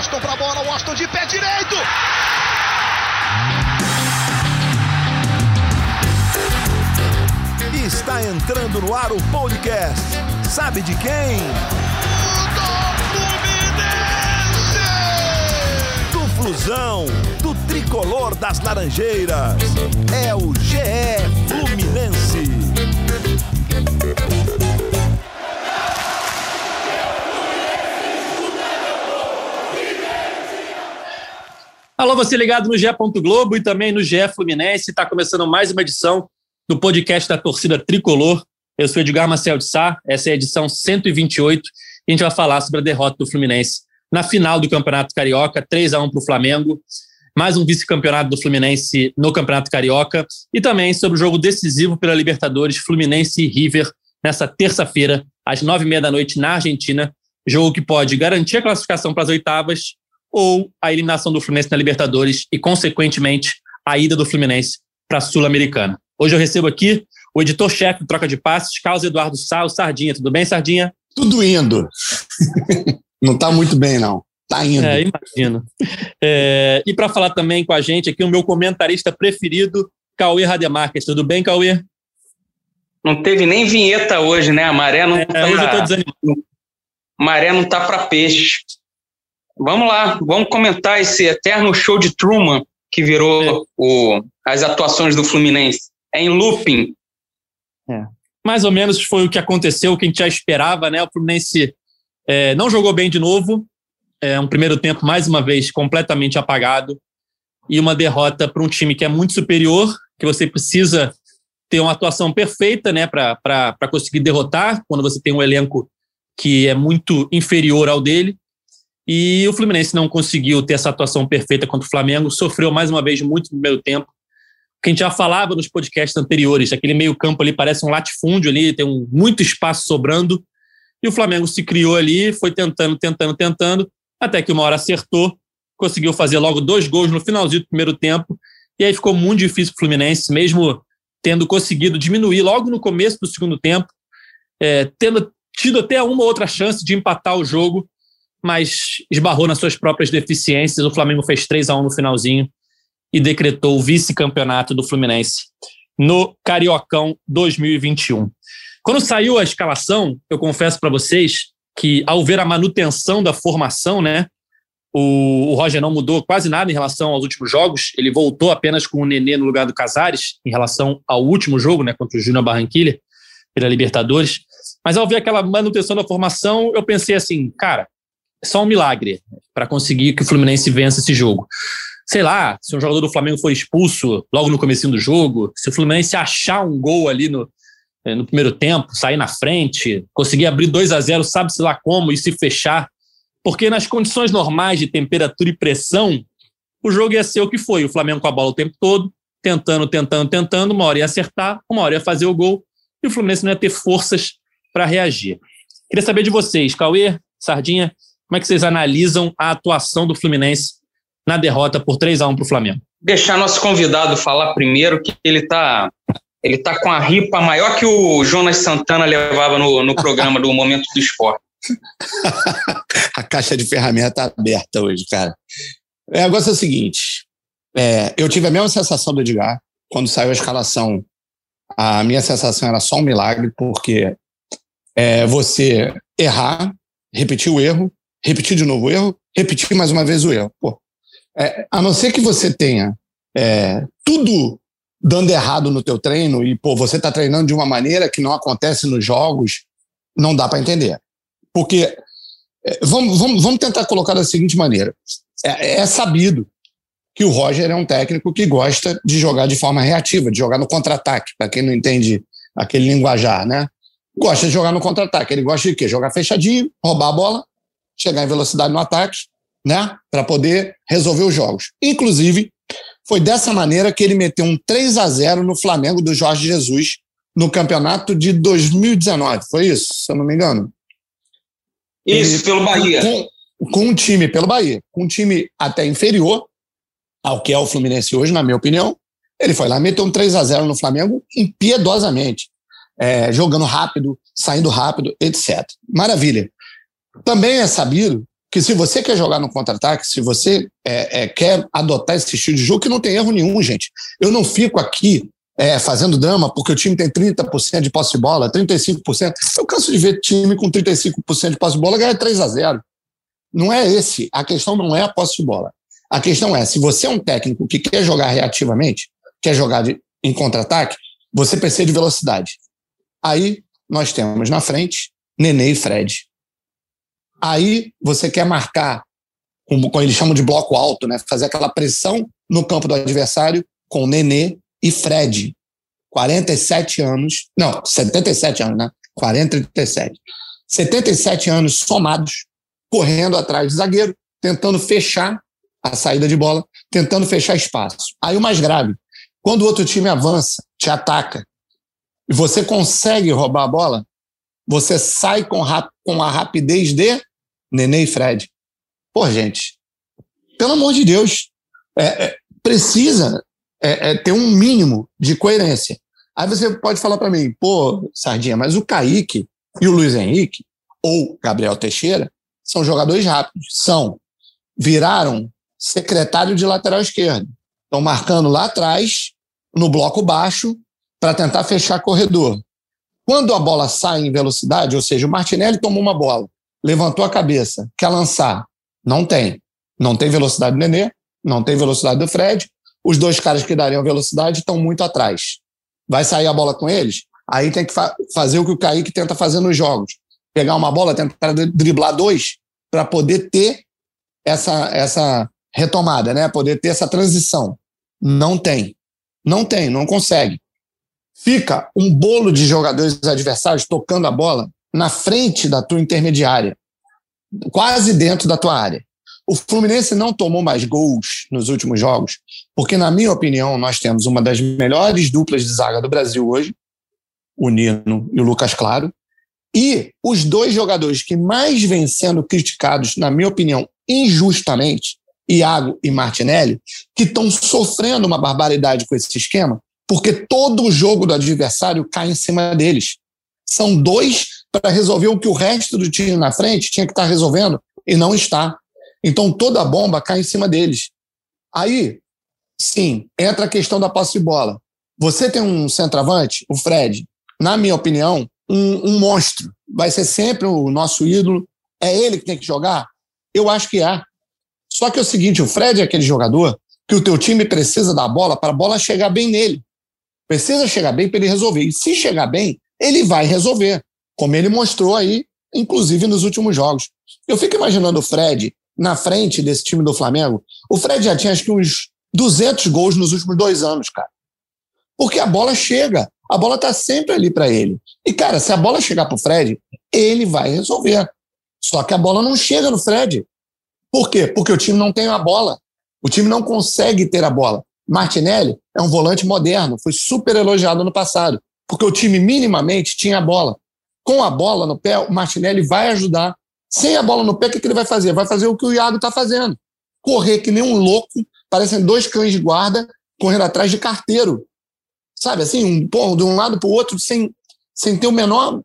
Washington pra bola, Washington de pé direito. Está entrando no ar o podcast. Sabe de quem? Do Fluminense! Do Flusão, do tricolor das Laranjeiras. É o GE Fluminense. Alô, você ligado no GE. Globo e também no GE Fluminense. Está começando mais uma edição do podcast da torcida tricolor. Eu sou Edgar Marcel de Sá, essa é a edição 128 e a gente vai falar sobre a derrota do Fluminense na final do Campeonato Carioca, 3-1 para o Flamengo, mais um vice-campeonato do Fluminense no Campeonato Carioca e também sobre o jogo decisivo pela Libertadores, Fluminense e River, nessa terça-feira, às 9h30 da noite na Argentina, jogo que pode garantir a classificação para as oitavas ou a eliminação do Fluminense na Libertadores e, consequentemente, a ida do Fluminense para a Sul-Americana. Hoje eu recebo aqui o editor-chefe do Troca de Passes, Carlos Eduardo Sá, o Sardinha. Tudo bem, Sardinha? Tudo indo. Não está muito bem, não. Está indo. Imagino. E para falar também com a gente aqui, o meu comentarista preferido, Cauê Rademacher. Tudo bem, Cauê? Não teve nem vinheta hoje, né? A maré não tá. Hoje eu estou desanimado. Maré não tá para peixe. Vamos lá, vamos comentar esse eterno show de Truman que virou as atuações do Fluminense. É em looping. Mais ou menos foi o que aconteceu, o que a gente já esperava, né? O Fluminense não jogou bem de novo. Um primeiro tempo, mais uma vez, completamente apagado. E uma derrota para um time que é muito superior, que você precisa ter uma atuação perfeita, né, para conseguir derrotar, quando você tem um elenco que é muito inferior ao dele. E o Fluminense não conseguiu ter essa atuação perfeita contra o Flamengo, sofreu mais uma vez muito no primeiro tempo. Que a gente já falava nos podcasts anteriores, aquele meio campo ali parece um latifúndio ali, tem muito espaço sobrando, e o Flamengo se criou ali, foi tentando, até que uma hora acertou, conseguiu fazer logo 2 gols no finalzinho do primeiro tempo, e aí ficou muito difícil para o Fluminense, mesmo tendo conseguido diminuir logo no começo do segundo tempo, tendo tido até uma outra chance de empatar o jogo, mas esbarrou nas suas próprias deficiências. O Flamengo fez 3-1 no finalzinho e decretou o vice-campeonato do Fluminense no Cariocão 2021. Quando saiu a escalação, eu confesso para vocês que, ao ver a manutenção da formação, né, o Roger não mudou quase nada em relação aos últimos jogos, ele voltou apenas com o Nenê no lugar do Casares, em relação ao último jogo, né, contra o Júnior Barranquilla, pela Libertadores. Mas ao ver aquela manutenção da formação, eu pensei assim, cara, é só um milagre para conseguir que o Fluminense vença esse jogo. Sei lá, se um jogador do Flamengo for expulso logo no comecinho do jogo, se o Fluminense achar um gol ali no primeiro tempo, sair na frente, conseguir abrir 2-0, sabe-se lá como, e se fechar, porque nas condições normais de temperatura e pressão, o jogo ia ser o que foi, o Flamengo com a bola o tempo todo, tentando, uma hora ia acertar, uma hora ia fazer o gol, e o Fluminense não ia ter forças para reagir. Queria saber de vocês, Cauê, Sardinha, como é que vocês analisam a atuação do Fluminense na derrota por 3-1 para o Flamengo? Deixar nosso convidado falar primeiro, que ele tá com a ripa maior que o Jonas Santana levava no programa do Momento do Esporte. A caixa de ferramenta aberta hoje, cara. O negócio é o seguinte, eu tive a mesma sensação do Edgar, quando saiu a escalação. A minha sensação era só um milagre, porque você errar, repetir o erro, repetir de novo o erro, repetir mais uma vez o erro. Pô, a não ser que você tenha tudo dando errado no teu treino e você está treinando de uma maneira que não acontece nos jogos, não dá para entender. Porque, vamos tentar colocar da seguinte maneira, é sabido que o Roger é um técnico que gosta de jogar de forma reativa, de jogar no contra-ataque, para quem não entende aquele linguajar, né? Gosta de jogar no contra-ataque. Ele gosta de quê? Jogar fechadinho, roubar a bola, chegar em velocidade no ataque, né? Para poder resolver os jogos. Inclusive, foi dessa maneira que ele meteu um 3-0 no Flamengo do Jorge Jesus no campeonato de 2019. Foi isso, se eu não me engano? Isso, pelo Bahia. Com um time, pelo Bahia, com um time até inferior ao que é o Fluminense hoje, na minha opinião. Ele foi lá e meteu um 3-0 no Flamengo impiedosamente. Jogando rápido, saindo rápido, etc. Maravilha. Também é sabido que se você quer jogar no contra-ataque, se você quer adotar esse estilo de jogo, que não tem erro nenhum, gente. Eu não fico aqui fazendo drama porque o time tem 30% de posse de bola, 35%. Eu canso de ver time com 35% de posse de bola ganhar 3-0. Não é esse. A questão não é a posse de bola. A questão é, se você é um técnico que quer jogar reativamente, quer jogar em contra-ataque, você precisa de velocidade. Aí nós temos na frente Nenê e Fred. Aí você quer marcar, como eles chamam de bloco alto, né? Fazer aquela pressão no campo do adversário com Nenê e Fred. 47 anos, não, 77 anos, né? 40 e 37. 77 anos somados, correndo atrás do zagueiro, tentando fechar a saída de bola, tentando fechar espaço. Aí o mais grave, quando o outro time avança, te ataca, e você consegue roubar a bola, você sai com a rapidez de Nenê e Fred. Pô, gente, pelo amor de Deus, precisa ter um mínimo de coerência. Aí você pode falar para mim, pô, Sardinha, mas o Kaique e o Luiz Henrique, ou Gabriel Teixeira, são jogadores rápidos. Viraram secretário de lateral esquerdo. Estão marcando lá atrás, no bloco baixo, para tentar fechar corredor. Quando a bola sai em velocidade, ou seja, o Martinelli tomou uma bola, levantou a cabeça, quer lançar, não tem. Não tem velocidade do Nenê, não tem velocidade do Fred. Os dois caras que dariam velocidade estão muito atrás. Vai sair a bola com eles? Aí tem que fazer o que o Kaique tenta fazer nos jogos. Pegar uma bola, tentar driblar dois, para poder ter essa retomada, né? Poder ter essa transição. Não tem. Não consegue. Fica um bolo de jogadores adversários tocando a bola na frente da tua intermediária, quase dentro da tua área. O Fluminense não tomou mais gols nos últimos jogos, porque, na minha opinião, nós temos uma das melhores duplas de zaga do Brasil hoje, o Nino e o Lucas Claro, e os dois jogadores que mais vêm sendo criticados, na minha opinião, injustamente, Iago e Martinelli, que estão sofrendo uma barbaridade com esse esquema, porque todo o jogo do adversário cai em cima deles. São dois para resolver o que o resto do time na frente tinha que estar resolvendo e não está. Então toda a bomba cai em cima deles. Aí, sim, entra a questão da posse de bola. Você tem um centroavante, o Fred, na minha opinião, um monstro. Vai ser sempre o nosso ídolo. É ele que tem que jogar? Eu acho que é. Só que é o seguinte, o Fred é aquele jogador que o teu time precisa da bola para a bola chegar bem nele. Precisa chegar bem para ele resolver. E se chegar bem, ele vai resolver. Como ele mostrou aí, inclusive nos últimos jogos. Eu fico imaginando o Fred na frente desse time do Flamengo. O Fred já tinha acho que uns 200 gols nos últimos 2 anos, cara. Porque a bola chega. A bola tá sempre ali para ele. E, cara, se a bola chegar pro Fred, ele vai resolver. Só que a bola não chega no Fred. Por quê? Porque o time não tem a bola. O time não consegue ter a bola. Martinelli é um volante moderno, foi super elogiado no passado, porque o time minimamente tinha a bola. Com a bola no pé, o Martinelli vai ajudar. Sem a bola no pé, o que ele vai fazer? Vai fazer o que o Iago está fazendo. Correr que nem um louco, parecem 2 cães de guarda, correndo atrás de carteiro. Sabe, assim, de um lado para o outro, sem ter o menor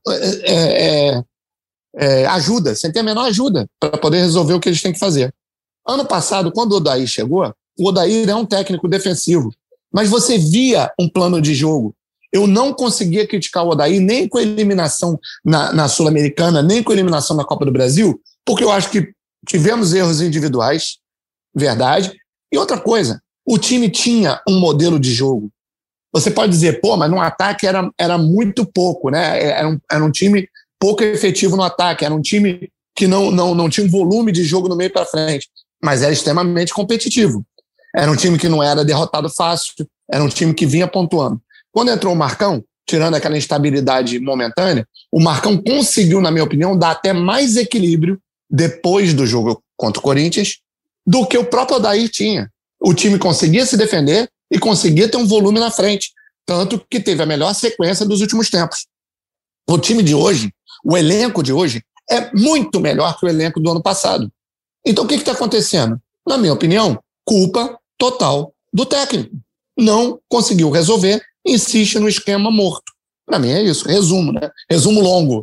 ajuda, sem ter a menor ajuda para poder resolver o que eles têm que fazer. Ano passado, quando o Odair chegou, o Odair é um técnico defensivo, mas você via um plano de jogo. Eu não conseguia criticar o Odair nem com a eliminação na Sul-Americana, nem com a eliminação na Copa do Brasil, porque eu acho que tivemos erros individuais, verdade. E outra coisa, o time tinha um modelo de jogo. Você pode dizer, pô, mas no ataque era muito pouco, né? Era um time pouco efetivo no ataque, era um time que não tinha um volume de jogo no meio para frente, mas era extremamente competitivo. Era um time que não era derrotado fácil, era um time que vinha pontuando. Quando entrou o Marcão, tirando aquela instabilidade momentânea, o Marcão conseguiu, na minha opinião, dar até mais equilíbrio depois do jogo contra o Corinthians do que o próprio Odair tinha. O time conseguia se defender e conseguia ter um volume na frente, tanto que teve a melhor sequência dos últimos tempos. O time de hoje, o elenco de hoje, é muito melhor que o elenco do ano passado. Então o que está acontecendo? Na minha opinião, culpa total do técnico. Não conseguiu resolver, insiste no esquema morto. Para mim é isso, resumo, né? Resumo longo.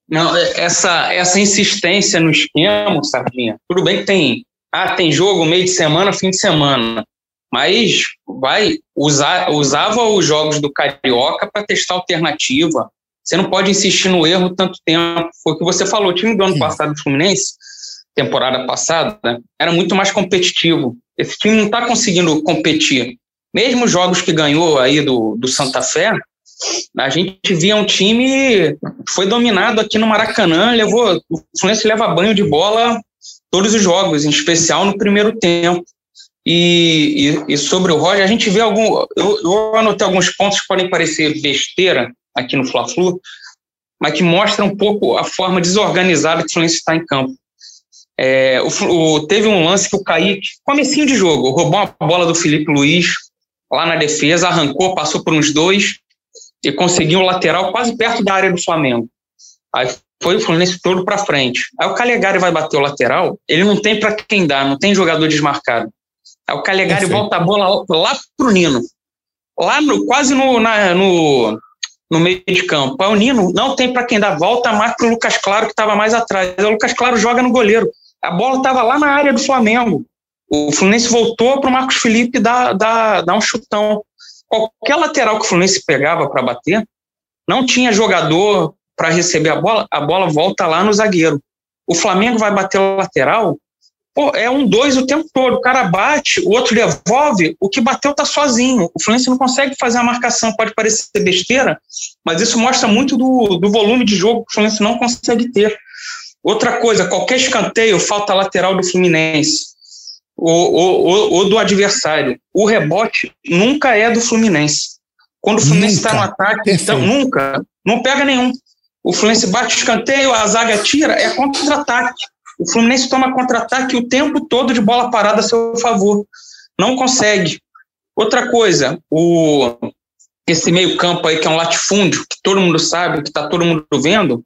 Não, essa insistência no esquema, Sardinha, tudo bem que tem jogo meio de semana, fim de semana, mas usava os jogos do Carioca para testar alternativa. Você não pode insistir no erro tanto tempo. Foi o que você falou, o time do ano passado do Fluminense, temporada passada, né, era muito mais competitivo. Esse time não está conseguindo competir. Mesmo os jogos que ganhou aí do Santa Fé, a gente via um time que foi dominado aqui no Maracanã, o Fluminense leva banho de bola todos os jogos, em especial no primeiro tempo. E sobre o Roger, a gente vê eu anotei alguns pontos que podem parecer besteira aqui no Fla-Flu, mas que mostram um pouco a forma desorganizada que o Fluminense está em campo. Teve um lance que o Kaique, comecinho de jogo, roubou uma bola do Felipe Luiz lá na defesa, arrancou, passou por uns dois e conseguiu o lateral quase perto da área do Flamengo. Aí foi o Fluminense todo para frente. Aí o Calegari vai bater o lateral, ele não tem para quem dar, não tem jogador desmarcado. Aí o Calegari volta a bola lá pro Nino, quase no meio de campo. Aí o Nino não tem para quem dar, volta mais pro Lucas Claro, que estava mais atrás. Aí o Lucas Claro joga no goleiro. A bola estava lá na área do Flamengo. O Fluminense voltou para o Marcos Felipe dar um chutão. Qualquer lateral que o Fluminense pegava para bater, não tinha jogador para receber a bola volta lá no zagueiro. O Flamengo vai bater o lateral, é 1-2 o tempo todo. O cara bate, o outro devolve, o que bateu tá sozinho. O Fluminense não consegue fazer a marcação, pode parecer besteira, mas isso mostra muito do volume de jogo que o Fluminense não consegue ter. Outra coisa, qualquer escanteio, falta lateral do Fluminense ou do adversário. O rebote nunca é do Fluminense. Quando o Fluminense está no ataque, então, nunca, não pega nenhum. O Fluminense bate o escanteio, a zaga tira, é contra-ataque. O Fluminense toma contra-ataque o tempo todo de bola parada a seu favor. Não consegue. Outra coisa, esse meio campo aí que é um latifúndio, que todo mundo sabe, que está todo mundo vendo,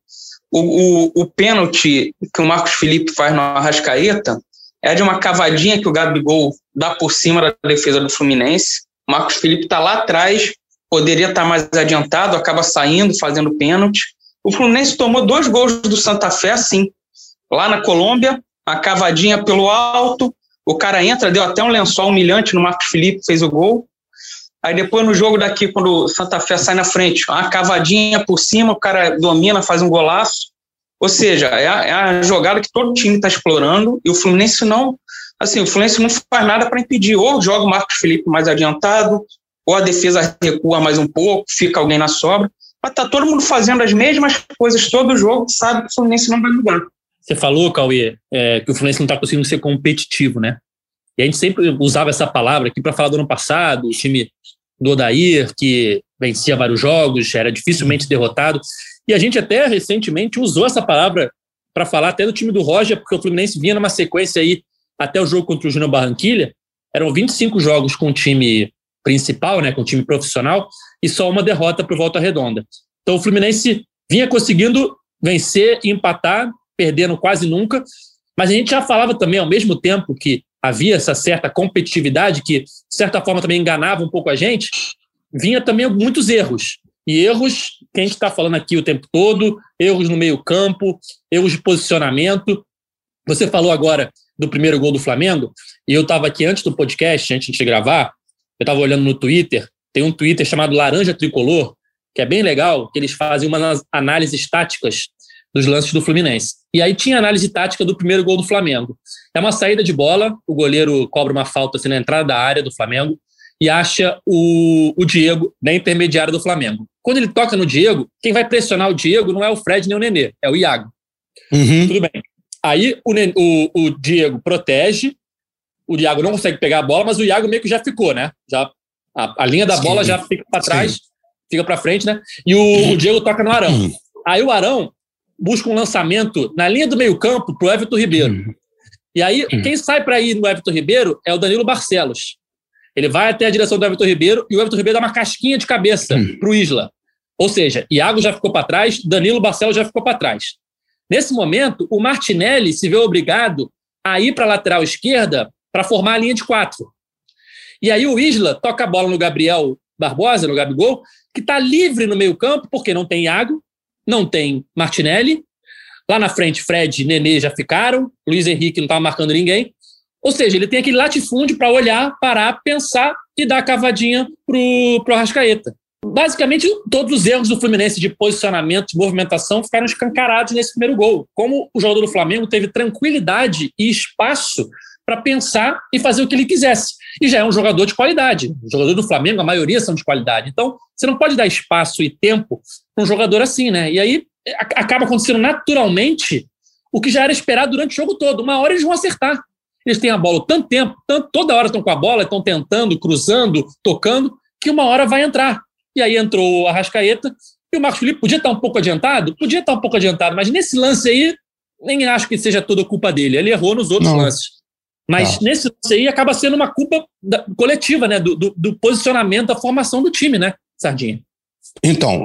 o pênalti que o Marcos Felipe faz no Arrascaeta é de uma cavadinha que o Gabigol dá por cima da defesa do Fluminense. O Marcos Felipe está lá atrás, poderia estar mais adiantado, acaba saindo, fazendo pênalti. O Fluminense tomou 2 gols do Santa Fé, assim, lá na Colômbia, a cavadinha pelo alto, o cara entra, deu até um lençol humilhante no Marcos Felipe, fez o gol. Aí depois no jogo daqui, quando o Santa Fé sai na frente, uma cavadinha por cima, o cara domina, faz um golaço. Ou seja, é a jogada que todo time está explorando e o Fluminense não faz nada para impedir. Ou joga o Marcos Felipe mais adiantado, ou a defesa recua mais um pouco, fica alguém na sobra. Mas está todo mundo fazendo as mesmas coisas todo jogo, sabe que o Fluminense não vai mudar. Você falou, Cauê, que o Fluminense não está conseguindo ser competitivo, né? E a gente sempre usava essa palavra aqui para falar do ano passado, o time do Odair, que vencia vários jogos, era dificilmente derrotado. E a gente até recentemente usou essa palavra para falar até do time do Roger, porque o Fluminense vinha numa sequência aí até o jogo contra o Júnior Barranquilla. Eram 25 jogos com o time principal, né, com o time profissional, e só uma derrota para o Volta Redonda. Então o Fluminense vinha conseguindo vencer e empatar, perdendo quase nunca, mas a gente já falava também, ao mesmo tempo que havia essa certa competitividade que, de certa forma, também enganava um pouco a gente, vinha também muitos erros. E erros que a gente está falando aqui o tempo todo, erros no meio-campo, erros de posicionamento. Você falou agora do primeiro gol do Flamengo, e eu estava aqui antes do podcast, antes de gravar, eu estava olhando no Twitter, tem um Twitter chamado Laranja Tricolor, que é bem legal, que eles fazem umas análises táticas dos lances do Fluminense. E aí tinha análise tática do primeiro gol do Flamengo. É uma saída de bola, o goleiro cobra uma falta assim, na entrada da área do Flamengo e acha o Diego na intermediária do Flamengo. Quando ele toca no Diego, quem vai pressionar o Diego não é o Fred nem o Nenê, é o Iago. Tudo bem. Aí o Diego protege, o Iago não consegue pegar a bola, mas o Iago meio que já ficou, né? Já, a linha da bola já fica para trás, fica para frente, né? E o Diego toca no Arão. Aí o Arão busca um lançamento na linha do meio-campo para o Everton Ribeiro. E aí, quem sai para ir no Everton Ribeiro é o Danilo Barcelos. Ele vai até a direção do Everton Ribeiro e o Everton Ribeiro dá uma casquinha de cabeça para o Isla. Ou seja, Iago já ficou para trás, Danilo Barcelos já ficou para trás. Nesse momento, o Martinelli se vê obrigado a ir para a lateral esquerda para formar a linha de 4. E aí o Isla toca a bola no Gabriel Barbosa, no Gabigol, que está livre no meio-campo, porque não tem Iago, não tem Martinelli Lá na frente, Fred e Nenê já ficaram, Luiz Henrique não estava marcando ninguém. Ou seja, ele tem aquele latifúndio para olhar, parar, pensar e dar a cavadinha pro Arrascaeta. Basicamente, todos os erros do Fluminense de posicionamento, de movimentação, ficaram escancarados nesse primeiro gol. Como o jogador do Flamengo teve tranquilidade e espaço para pensar e fazer o que ele quisesse. E já é um jogador de qualidade. O jogador do Flamengo, a maioria são de qualidade. Então, você não pode dar espaço e tempo para um jogador assim, né? E aí acaba acontecendo naturalmente o que já era esperado durante o jogo todo. Uma hora eles vão acertar. Eles têm a bola tanto tempo, toda hora estão com a bola, estão tentando, cruzando, tocando, que uma hora vai entrar. E aí entrou o Arrascaeta, e o Marcos Felipe podia estar um pouco adiantado? Podia estar um pouco adiantado, mas nesse lance aí, nem acho que seja toda culpa dele. Ele errou nos outros lances. Mas nesse lance aí acaba sendo uma culpa coletiva, né? Do posicionamento, da formação do time, né, Sardinha? Então,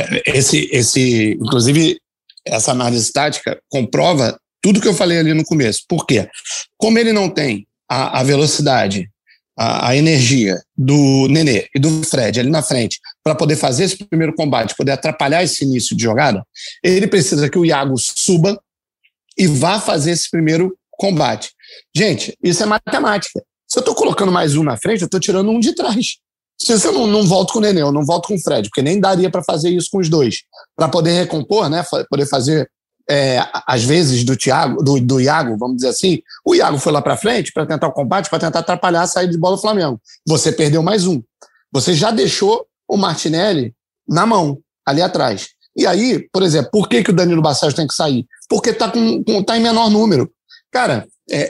inclusive, essa análise tática comprova tudo que eu falei ali no começo. Por quê? Como ele não tem a velocidade, a energia do Nenê e do Fred ali na frente para poder fazer esse primeiro combate, poder atrapalhar esse início de jogada, ele precisa que o Iago suba e vá fazer esse primeiro combate. Gente, isso é matemática. Se eu estou colocando mais um na frente, eu estou tirando um de trás. Se eu não volto com o Nenê, eu não volto com o Fred, porque nem daria para fazer isso com os dois. Para poder recompor, né, poder fazer às vezes do Iago, vamos dizer assim, o Iago foi lá para frente para tentar o combate, para tentar atrapalhar a saída de bola do Flamengo. Você perdeu mais um. Você já deixou o Martinelli na mão, ali atrás. E aí, por exemplo, por que o Danilo Barcelos tem que sair? Porque tá em menor número. Cara,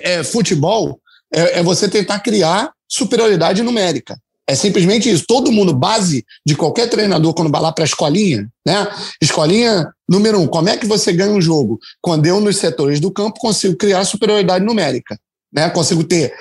futebol é você tentar criar superioridade numérica. É simplesmente isso. Todo mundo, base de qualquer treinador, quando vai lá para a escolinha, né? Escolinha número 1, como é que você ganha um jogo? Quando eu, nos setores do campo, consigo criar superioridade numérica, né? Consigo ter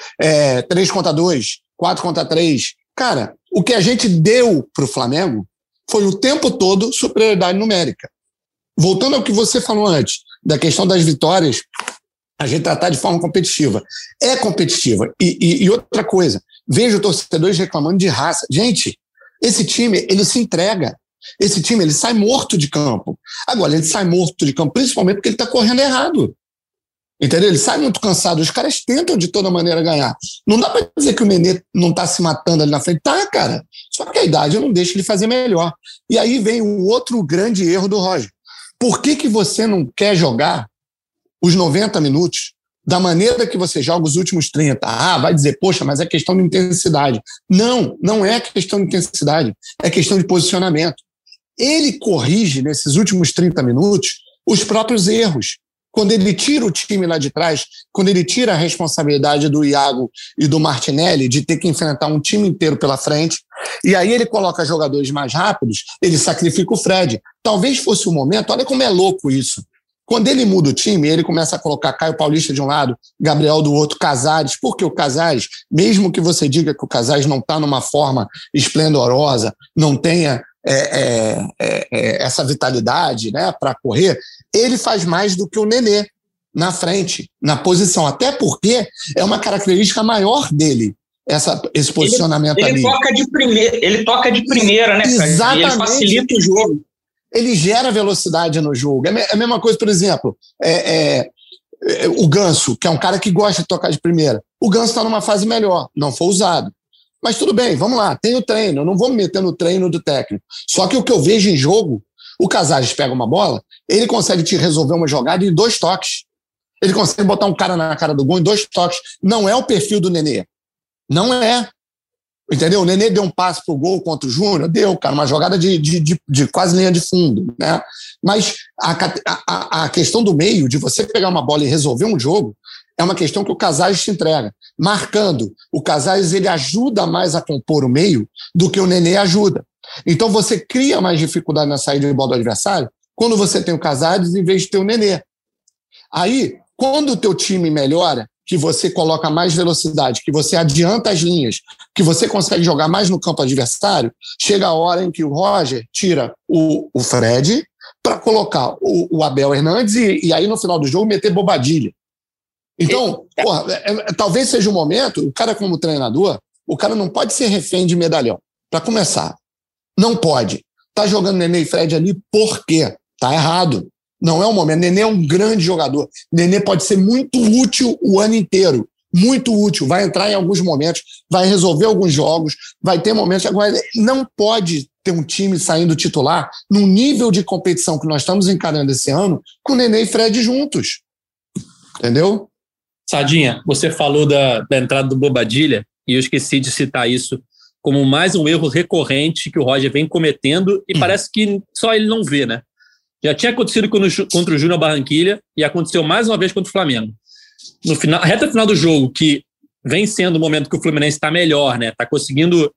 3 contra 2, 4 contra 3. Cara, o que a gente deu para o Flamengo foi o tempo todo superioridade numérica. Voltando ao que você falou antes, da questão das vitórias, a gente tratar de forma competitiva. É competitiva. E outra coisa, vejo torcedores reclamando de raça. Gente, esse time, ele se entrega. Esse time, ele sai morto de campo. Agora, ele sai morto de campo principalmente porque ele está correndo errado. Entendeu? Ele sai muito cansado. Os caras tentam de toda maneira ganhar. Não dá para dizer que o Nenê não está se matando ali na frente. Tá, cara. Só que a idade não deixa ele fazer melhor. E aí vem o outro grande erro do Roger. Por que você não quer jogar os 90 minutos da maneira que você joga os últimos 30? Vai dizer, poxa, mas é questão de intensidade. Não é questão de intensidade, é questão de posicionamento. Ele corrige, nesses últimos 30 minutos, os próprios erros. Quando ele tira o time lá de trás, quando ele tira a responsabilidade do Iago e do Martinelli de ter que enfrentar um time inteiro pela frente, e aí ele coloca jogadores mais rápidos, ele sacrifica o Fred. Talvez fosse o momento, olha como é louco isso. Quando ele muda o time, ele começa a colocar Caio Paulista de um lado, Gabriel do outro, Casares, porque o Casares, mesmo que você diga que o Casares não está numa forma esplendorosa, não tenha essa vitalidade, né, para correr, ele faz mais do que o Nenê na frente, na posição, até porque é uma característica maior dele, esse posicionamento ali. Ele toca de primeira, né, cara? Exatamente. Ele facilita o jogo. Ele gera velocidade no jogo. É a mesma coisa, por exemplo, o Ganso, que é um cara que gosta de tocar de primeira. O Ganso está numa fase melhor, não foi usado. Mas tudo bem, vamos lá, tem o treino, eu não vou me meter no treino do técnico. Só que o que eu vejo em jogo, o Casares pega uma bola, ele consegue te resolver uma jogada em 2 toques. Ele consegue botar um cara na cara do gol em 2 toques. Não é o perfil do Nenê. Não é. Entendeu? O Nenê deu um passe pro gol contra o Júnior, deu, cara, uma jogada de quase linha de fundo, né? Mas a questão do meio, de você pegar uma bola e resolver um jogo, é uma questão que o Casares te entrega. Marcando, o Casares, ele ajuda mais a compor o meio do que o Nenê ajuda. Então você cria mais dificuldade na saída de bola do adversário quando você tem o Casares em vez de ter o Nenê. Aí, quando o teu time melhora, que você coloca mais velocidade, que você adianta as linhas, que você consegue jogar mais no campo adversário, chega a hora em que o Roger tira o Fred para colocar o Abel Hernandes e aí no final do jogo meter Bobadilha. Então, talvez seja o momento, o cara como treinador, o cara não pode ser refém de medalhão, para começar. Não pode. Tá jogando Nenê e Fred ali por quê? Tá errado. Não é o momento. Nenê é um grande jogador. Nenê pode ser muito útil o ano inteiro. Muito útil. Vai entrar em alguns momentos, vai resolver alguns jogos, vai ter momentos. Agora, não pode ter um time saindo titular num nível de competição que nós estamos encarando esse ano com Nenê e Fred juntos. Entendeu? Sadinha, você falou da entrada do Bobadilla e eu esqueci de citar isso como mais um erro recorrente que o Roger vem cometendo e parece que só ele não vê, né? Já tinha acontecido contra o Júnior Barranquilla e aconteceu mais uma vez contra o Flamengo. No final, reta final do jogo, que vem sendo o momento que o Fluminense está melhor, né? Está conseguindo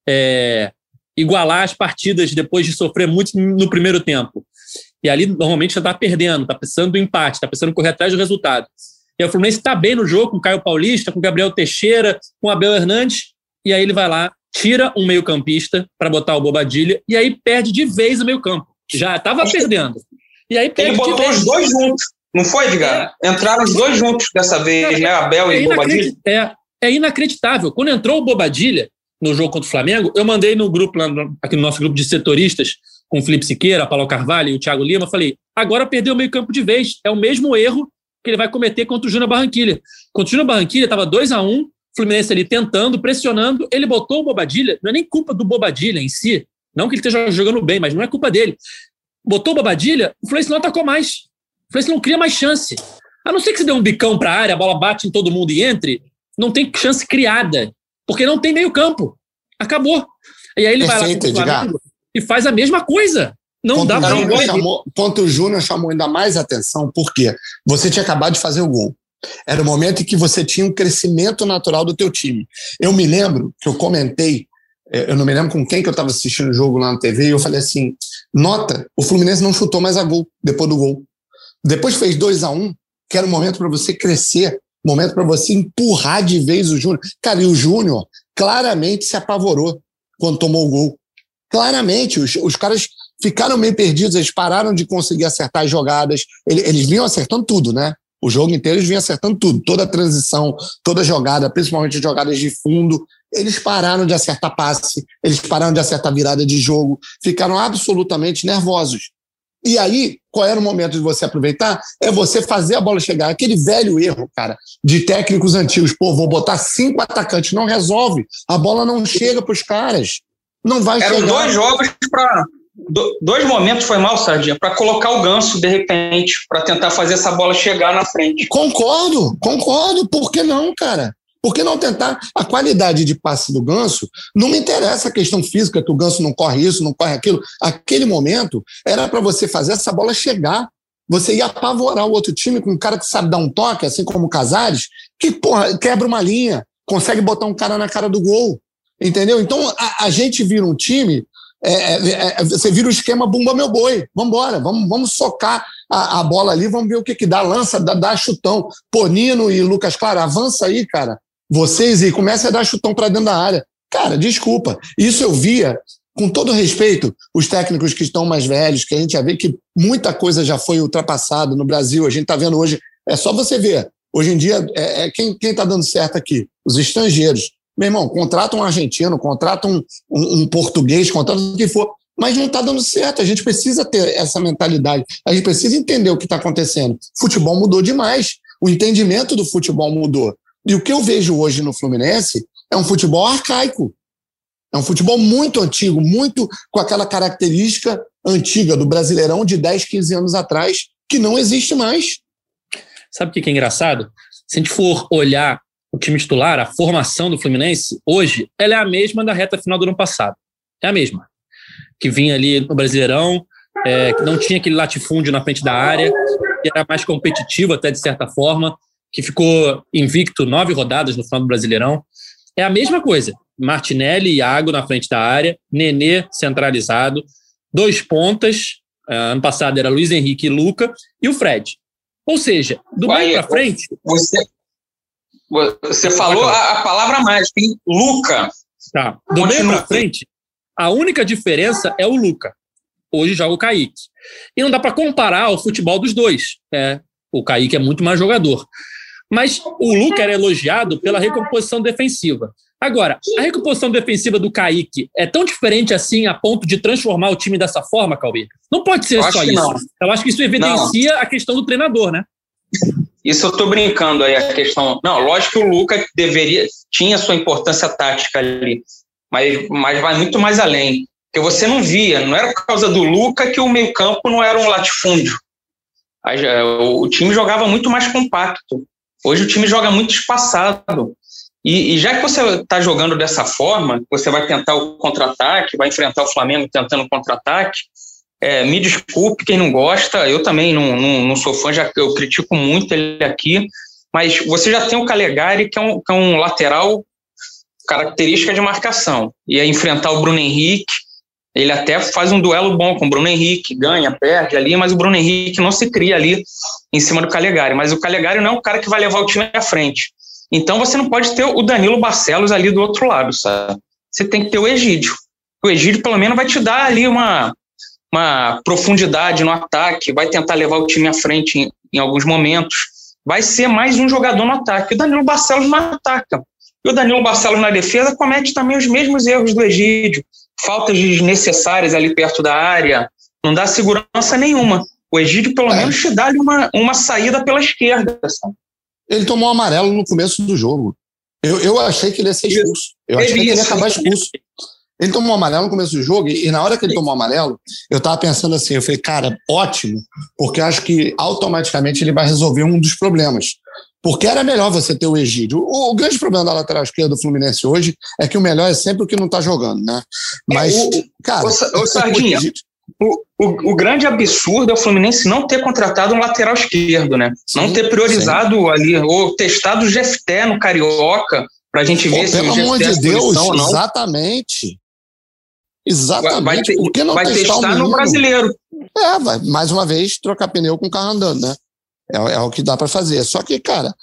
igualar as partidas depois de sofrer muito no primeiro tempo. E ali, normalmente, já está perdendo, está precisando do empate, está precisando correr atrás do resultado. E o Fluminense está bem no jogo com o Caio Paulista, com o Gabriel Teixeira, com o Abel Hernandes, e aí ele vai lá, tira um meio-campista para botar o Bobadilla, e aí perde de vez o meio-campo. Já estava perdendo. E aí perde. Ele botou os dois juntos, não foi, Edgar? Entraram os dois juntos dessa vez, né? Abel e Bobadilla. É inacreditável. Quando entrou o Bobadilla no jogo contra o Flamengo, eu mandei no grupo, aqui no nosso grupo de setoristas, com o Felipe Siqueira, Paulo Carvalho e o Thiago Lima, falei, agora perdeu o meio-campo de vez. É o mesmo erro que ele vai cometer contra o Júnior Barranquilla. Contra o Júnior Barranquilla, estava 2-1, Fluminense ali tentando, pressionando, ele botou o Bobadilla, não é nem culpa do Bobadilla em si, não que ele esteja jogando bem, mas não é culpa dele. Botou o Bobadilla, o Fluminense não atacou mais. O Fluminense não cria mais chance. A não ser que você dê um bicão para a área, a bola bate em todo mundo e entre, não tem chance criada, porque não tem meio campo. Acabou. E aí ele vai lá contra o Flamengo e faz a mesma coisa. Não dá para Ponto o Júnior chamou ainda mais atenção, porque você tinha acabado de fazer o gol. Era o momento em que você tinha um crescimento natural do teu time. Eu me lembro que eu comentei, eu não me lembro com quem que eu estava assistindo o jogo lá na TV, e eu falei assim, nota, o Fluminense não chutou mais a gol depois do gol. Depois fez 2-1, que era o momento para você crescer, momento para você empurrar de vez o Júnior. Cara, e o Júnior claramente se apavorou quando tomou o gol. Claramente, os caras ficaram meio perdidos, eles pararam de conseguir acertar as jogadas, eles vinham acertando tudo, né? O jogo inteiro eles vinham acertando tudo, toda a transição, toda a jogada, principalmente as jogadas de fundo, eles pararam de acertar passe, eles pararam de acertar virada de jogo, ficaram absolutamente nervosos. E aí, qual era o momento de você aproveitar? É você fazer a bola chegar. Aquele velho erro, cara, de técnicos antigos. Pô, vou botar 5 atacantes, não resolve. A bola não chega para os caras. Não vai chegar. Eram 2 jogos para... 2 momentos foi mal, Sardinha, para colocar o Ganso, de repente, para tentar fazer essa bola chegar na frente. Concordo. Por que não, cara? Por que não tentar? A qualidade de passe do Ganso, não me interessa a questão física, que o Ganso não corre isso, não corre aquilo. Aquele momento era para você fazer essa bola chegar. Você ia apavorar o outro time com um cara que sabe dar um toque, assim como o Casares, que, porra, quebra uma linha, consegue botar um cara na cara do gol. Entendeu? Então, a gente vira um time... você vira o esquema bumba meu boi, vambora, vamos socar a bola ali, vamos ver o que dá, lança, dá chutão. Pô, Nino e Lucas Claro, avança aí, cara, vocês, e comece a dar chutão para dentro da área. Cara, desculpa, isso eu via, com todo respeito, os técnicos que estão mais velhos, que a gente já vê que muita coisa já foi ultrapassada no Brasil, a gente tá vendo hoje, é só você ver, hoje em dia, quem tá dando certo aqui? Os estrangeiros. Meu irmão, contrata um argentino, contrata um português, contrata o que for, mas não está dando certo. A gente precisa ter essa mentalidade, a gente precisa entender o que está acontecendo. O futebol mudou demais, o entendimento do futebol mudou. E o que eu vejo hoje no Fluminense é um futebol arcaico, é um futebol muito antigo, muito com aquela característica antiga do Brasileirão de 10, 15 anos atrás, que não existe mais. Sabe o que é engraçado? Se a gente for olhar o time titular, a formação do Fluminense, hoje, ela é a mesma da reta final do ano passado. É a mesma. Que vinha ali no Brasileirão, que não tinha aquele latifúndio na frente da área, que era mais competitivo até de certa forma, que ficou invicto 9 rodadas no final do Brasileirão. É a mesma coisa. Martinelli e Iago na frente da área, Nenê centralizado, 2 pontas, ano passado era Luiz Henrique e Luca, e o Fred. Ou seja, do meio para frente... Você falou a palavra mágica, hein? Luca. Tá. Do meio para frente, a única diferença é o Luca. Hoje joga o Kaique. E não dá para comparar o futebol dos dois. O Kaique é muito mais jogador. Mas o Luca era elogiado pela recomposição defensiva. Agora, a recomposição defensiva do Kaique é tão diferente assim a ponto de transformar o time dessa forma, Cauê? Não pode ser só isso. Não. Eu acho que isso evidencia a questão do treinador, né? Isso eu tô brincando aí, a questão... Não, lógico que o Luca tinha sua importância tática ali, mas vai muito mais além. Porque você não via, não era por causa do Luca que o meio-campo não era um latifúndio. O time jogava muito mais compacto. Hoje o time joga muito espaçado. E já que você está jogando dessa forma, você vai tentar o contra-ataque, vai enfrentar o Flamengo tentando o contra-ataque, me desculpe quem não gosta, eu também não sou fã, eu critico muito ele aqui, mas você já tem o Calegari, que é um lateral característica de marcação, e é enfrentar o Bruno Henrique, ele até faz um duelo bom com o Bruno Henrique, ganha, perde ali, mas o Bruno Henrique não se cria ali em cima do Calegari, mas o Calegari não é um cara que vai levar o time à frente. Então você não pode ter o Danilo Barcelos ali do outro lado, sabe? Você tem que ter o Egídio. O Egídio pelo menos vai te dar ali uma profundidade no ataque, vai tentar levar o time à frente em alguns momentos, vai ser mais um jogador no ataque. O Danilo Barcelos não ataca. E o Danilo Barcelos na defesa comete também os mesmos erros do Egídio. Faltas desnecessárias ali perto da área, não dá segurança nenhuma. O Egídio pelo menos te dá ali uma saída pela esquerda, sabe? Ele tomou um amarelo no começo do jogo. Eu achei que ele ia ser expulso. Eu achei que ele ia acabar expulso. Ele tomou um amarelo no começo do jogo e na hora que ele tomou o amarelo, eu tava pensando assim, eu falei, cara, ótimo, porque eu acho que automaticamente ele vai resolver um dos problemas. Porque era melhor você ter o Egídio. O grande problema da lateral esquerda do Fluminense hoje é que o melhor é sempre o que não tá jogando, né? Mas, cara... Ô Sardinha, o grande absurdo é o Fluminense não ter contratado um lateral esquerdo, né? Sim, não ter priorizado ali, ou testado o Jefté no Carioca, pra gente ver se o Jefté é solução ou não. Exatamente. Por que não testar no brasileiro? Vai, mais uma vez, trocar pneu com o carro andando, né? É o que dá para fazer. Só que, cara,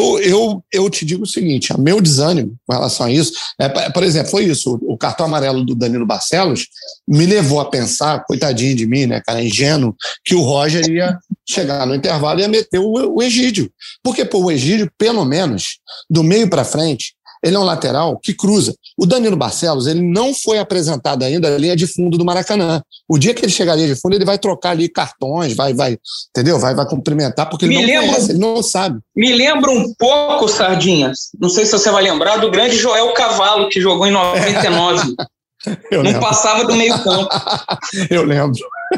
eu te digo o seguinte, o meu desânimo com relação a isso, por exemplo, foi isso, o cartão amarelo do Danilo Barcelos me levou a pensar, coitadinho de mim, né, cara, ingênuo, que o Roger ia chegar no intervalo e ia meter o Egídio. Porque, o Egídio, pelo menos, do meio para frente, ele é um lateral que cruza. O Danilo Barcelos, ele não foi apresentado ainda a linha de fundo do Maracanã. O dia que ele chegar à linha de fundo, ele vai trocar ali cartões, vai entendeu? Vai cumprimentar, porque ele não conhece, ele não sabe. Me lembra um pouco, Sardinha, não sei se você vai lembrar, do grande Joel Cavalo, que jogou em 99. Não passava do meio campo. Eu lembro.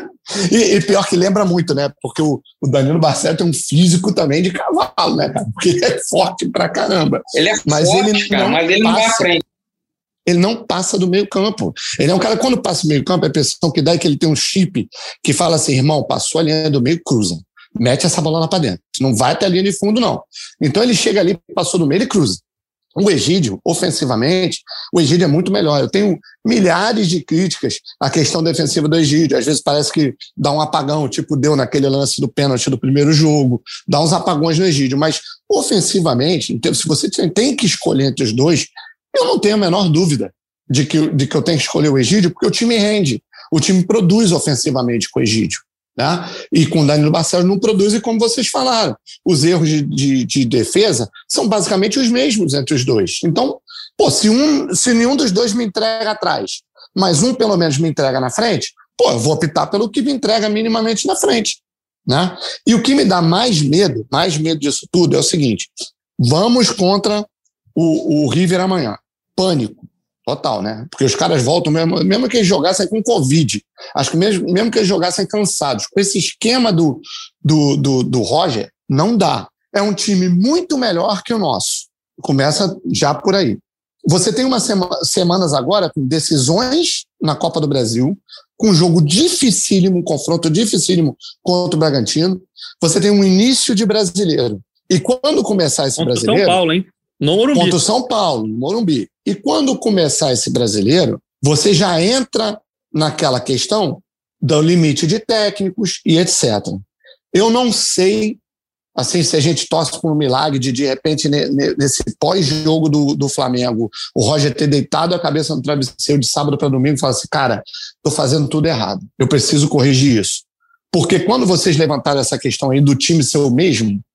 E pior que lembra muito, né? Porque o Danilo Barcelos tem um físico também de cavalo, né, cara? Porque ele é forte pra caramba. Ele é forte, mas ele não vai à frente. Ele não passa do meio campo. Ele é um cara, quando passa do meio campo, a impressão que dá é que ele tem um chip que fala assim, irmão, passou a linha do meio, cruza. Mete essa bola lá pra dentro. Não vai até a linha de fundo, não. Então ele chega ali, passou do meio, ele cruza. O Egídio, ofensivamente, o Egídio é muito melhor. Eu tenho milhares de críticas à questão defensiva do Egídio. Às vezes parece que dá um apagão, tipo deu naquele lance do pênalti do primeiro jogo. Dá uns apagões no Egídio. Mas, ofensivamente, então, se você tem que escolher entre os dois, eu não tenho a menor dúvida de que eu tenho que escolher o Egídio, porque o time rende. O time produz ofensivamente com o Egídio. Né? E com o Danilo Barcelos não produz, e como vocês falaram, os erros de defesa são basicamente os mesmos entre os dois. Então, se nenhum dos dois me entrega atrás, mas um pelo menos me entrega na frente, eu vou optar pelo que me entrega minimamente na frente. Né? E o que me dá mais medo disso tudo é o seguinte, vamos contra o River amanhã. Pânico. Total, né? Porque os caras voltam mesmo que eles jogassem com Covid. Acho que mesmo que eles jogassem cansados. Com esse esquema do Roger, não dá. É um time muito melhor que o nosso. Começa já por aí. Você tem umas semanas agora com decisões na Copa do Brasil, com um jogo dificílimo, um confronto dificílimo contra o Bragantino. Você tem um início de brasileiro. E quando começar esse brasileiro... São Paulo, hein? No Morumbi. Contra o São Paulo, no Morumbi. E quando começar esse brasileiro, você já entra naquela questão do limite de técnicos e etc. Eu não sei assim, se a gente torce por um milagre de repente, nesse pós-jogo do Flamengo, o Roger ter deitado a cabeça no travesseiro de sábado para domingo e falar assim, cara, estou fazendo tudo errado, eu preciso corrigir isso. Porque quando vocês levantaram essa questão aí do time ser o mesmo,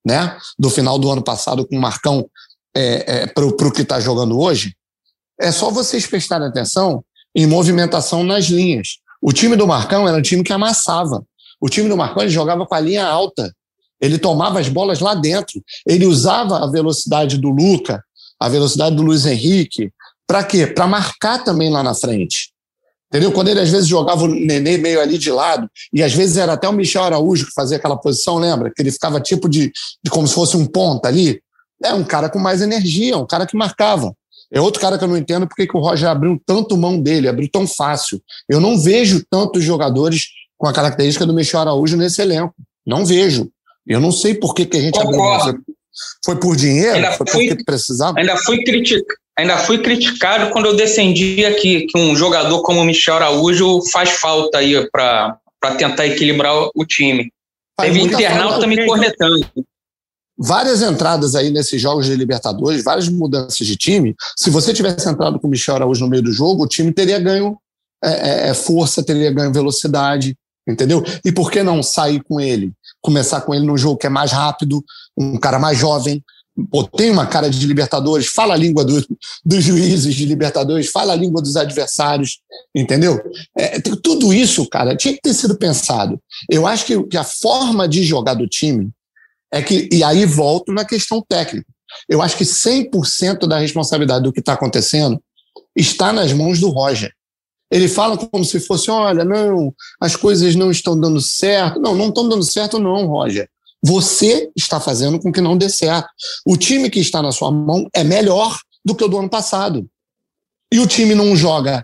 né, do final do ano passado com o Marcão para o que está jogando hoje, é só vocês prestarem atenção em movimentação nas linhas. O time do Marcão era um time que amassava. O time do Marcão ele jogava com a linha alta. Ele tomava as bolas lá dentro. Ele usava a velocidade do Luca, a velocidade do Luiz Henrique. Para quê? Para marcar também lá na frente. Entendeu? Quando ele às vezes jogava o Nenê meio ali de lado, e às vezes era até o Michel Araújo que fazia aquela posição, lembra? Que ele ficava tipo de como se fosse um ponta ali. É um cara com mais energia, um cara que marcava. É outro cara que eu não entendo porque que o Roger abriu tanto mão dele, abriu tão fácil. Eu não vejo tantos jogadores com a característica do Michel Araújo nesse elenco. Não vejo. Eu não sei por que a gente abriu. Foi por dinheiro? Foi porque precisava? Ainda fui criticado quando eu defendi aqui que um jogador como o Michel Araújo faz falta aí para tentar equilibrar o time. Teve internauta me cornetando. Várias entradas aí nesses jogos de Libertadores, várias mudanças de time. Se você tivesse entrado com o Michel Araújo no meio do jogo, o time teria ganho força, teria ganho velocidade, entendeu? E por que não sair com ele? Começar com ele num jogo que é mais rápido, um cara mais jovem, tem uma cara de Libertadores, fala a língua dos juízes de Libertadores, fala a língua dos adversários, entendeu? Tudo isso, cara, tinha que ter sido pensado. Eu acho que a forma de jogar do time e aí volto na questão técnica. Eu acho que 100% da responsabilidade do que está acontecendo está nas mãos do Roger. Ele fala como se fosse, olha, não, as coisas não estão dando certo. Não estão dando certo não, Roger. Você está fazendo com que não dê certo. O time que está na sua mão é melhor do que o do ano passado. E o time não joga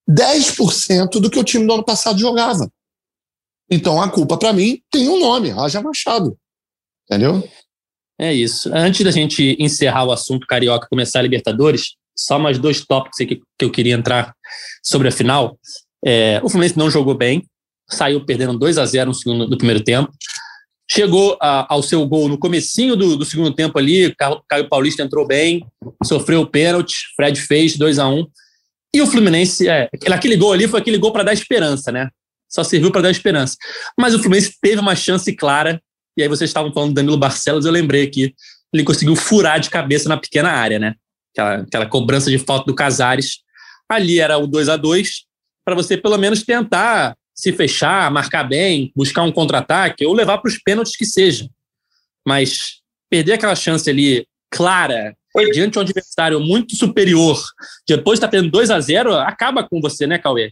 10% do que o time do ano passado jogava. Então a culpa, para mim, tem um nome, Roger Machado. Entendeu? É isso. Antes da gente encerrar o assunto Carioca e começar a Libertadores, só mais 2 tópicos que eu queria entrar sobre a final. O Fluminense não jogou bem, saiu perdendo 2-0 no primeiro tempo. Chegou ao seu gol no comecinho do segundo tempo ali, Caio Paulista entrou bem, sofreu o pênalti, Fred fez 2-1. E o Fluminense, aquele gol ali foi aquele gol para dar esperança, né? Só serviu para dar esperança. Mas o Fluminense teve uma chance clara, e aí vocês estavam falando do Danilo Barcelos, eu lembrei que ele conseguiu furar de cabeça na pequena área, né? Aquela cobrança de falta do Casares. Ali era o 2-2, para você pelo menos tentar se fechar, marcar bem, buscar um contra-ataque ou levar para os pênaltis que seja. Mas perder aquela chance ali clara, diante de um adversário muito superior, depois de estar perdendo 2-0, acaba com você, né, Cauê?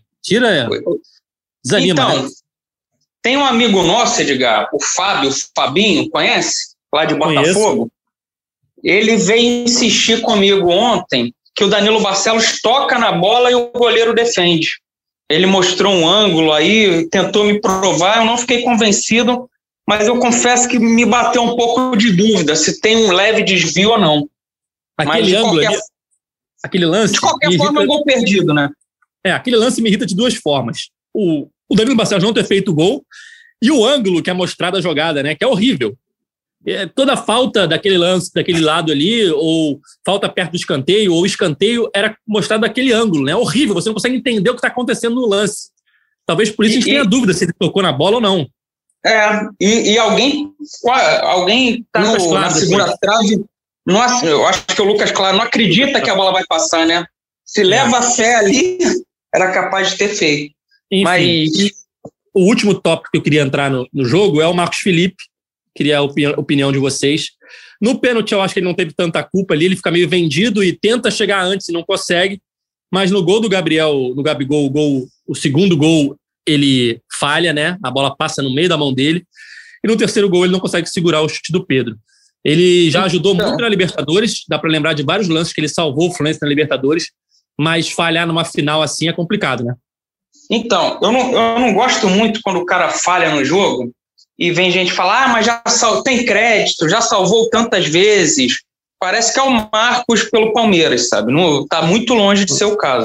Desanima. Então, né? Tem um amigo nosso, Edgar, o Fabinho, conhece? Lá de Botafogo. Conheço. Ele veio insistir comigo ontem que o Danilo Barcelos toca na bola e o goleiro defende. Ele mostrou um ângulo aí, tentou me provar, eu não fiquei convencido, mas eu confesso que me bateu um pouco de dúvida se tem um leve desvio ou não. Aquele ângulo ali, aquele lance... De qualquer forma, é um gol perdido, né? Aquele lance me irrita de 2 formas. O Danilo Barcelos não ter feito o gol e o ângulo que é mostrado a jogada, né? Que é horrível. Toda falta daquele lance, daquele lado ali, ou falta perto do escanteio, ou escanteio, era mostrado daquele ângulo, né? Horrível, você não consegue entender o que está acontecendo no lance. Talvez por isso a gente tenha dúvida se ele tocou na bola ou não. E alguém está na segunda trave. Nossa, eu acho que o Lucas Claro não acredita que a bola vai passar, né? Se leva a fé ali, era capaz de ter feito. Enfim, mas o último tópico que eu queria entrar no jogo é o Marcos Felipe. Queria a opinião de vocês. No pênalti, eu acho que ele não teve tanta culpa ali, ele fica meio vendido e tenta chegar antes e não consegue. Mas no gol do Gabriel, no Gabigol, o segundo gol, ele falha, né? A bola passa no meio da mão dele. E no terceiro gol, ele não consegue segurar o chute do Pedro. Ele já ajudou muito na Libertadores, dá para lembrar de vários lances que ele salvou o Fluminense na Libertadores, mas falhar numa final assim é complicado, né? Então, eu não gosto muito quando o cara falha no jogo, e vem gente falar, mas tem crédito, já salvou tantas vezes. Parece que é o Marcos pelo Palmeiras, sabe? Está muito longe de ser o caso.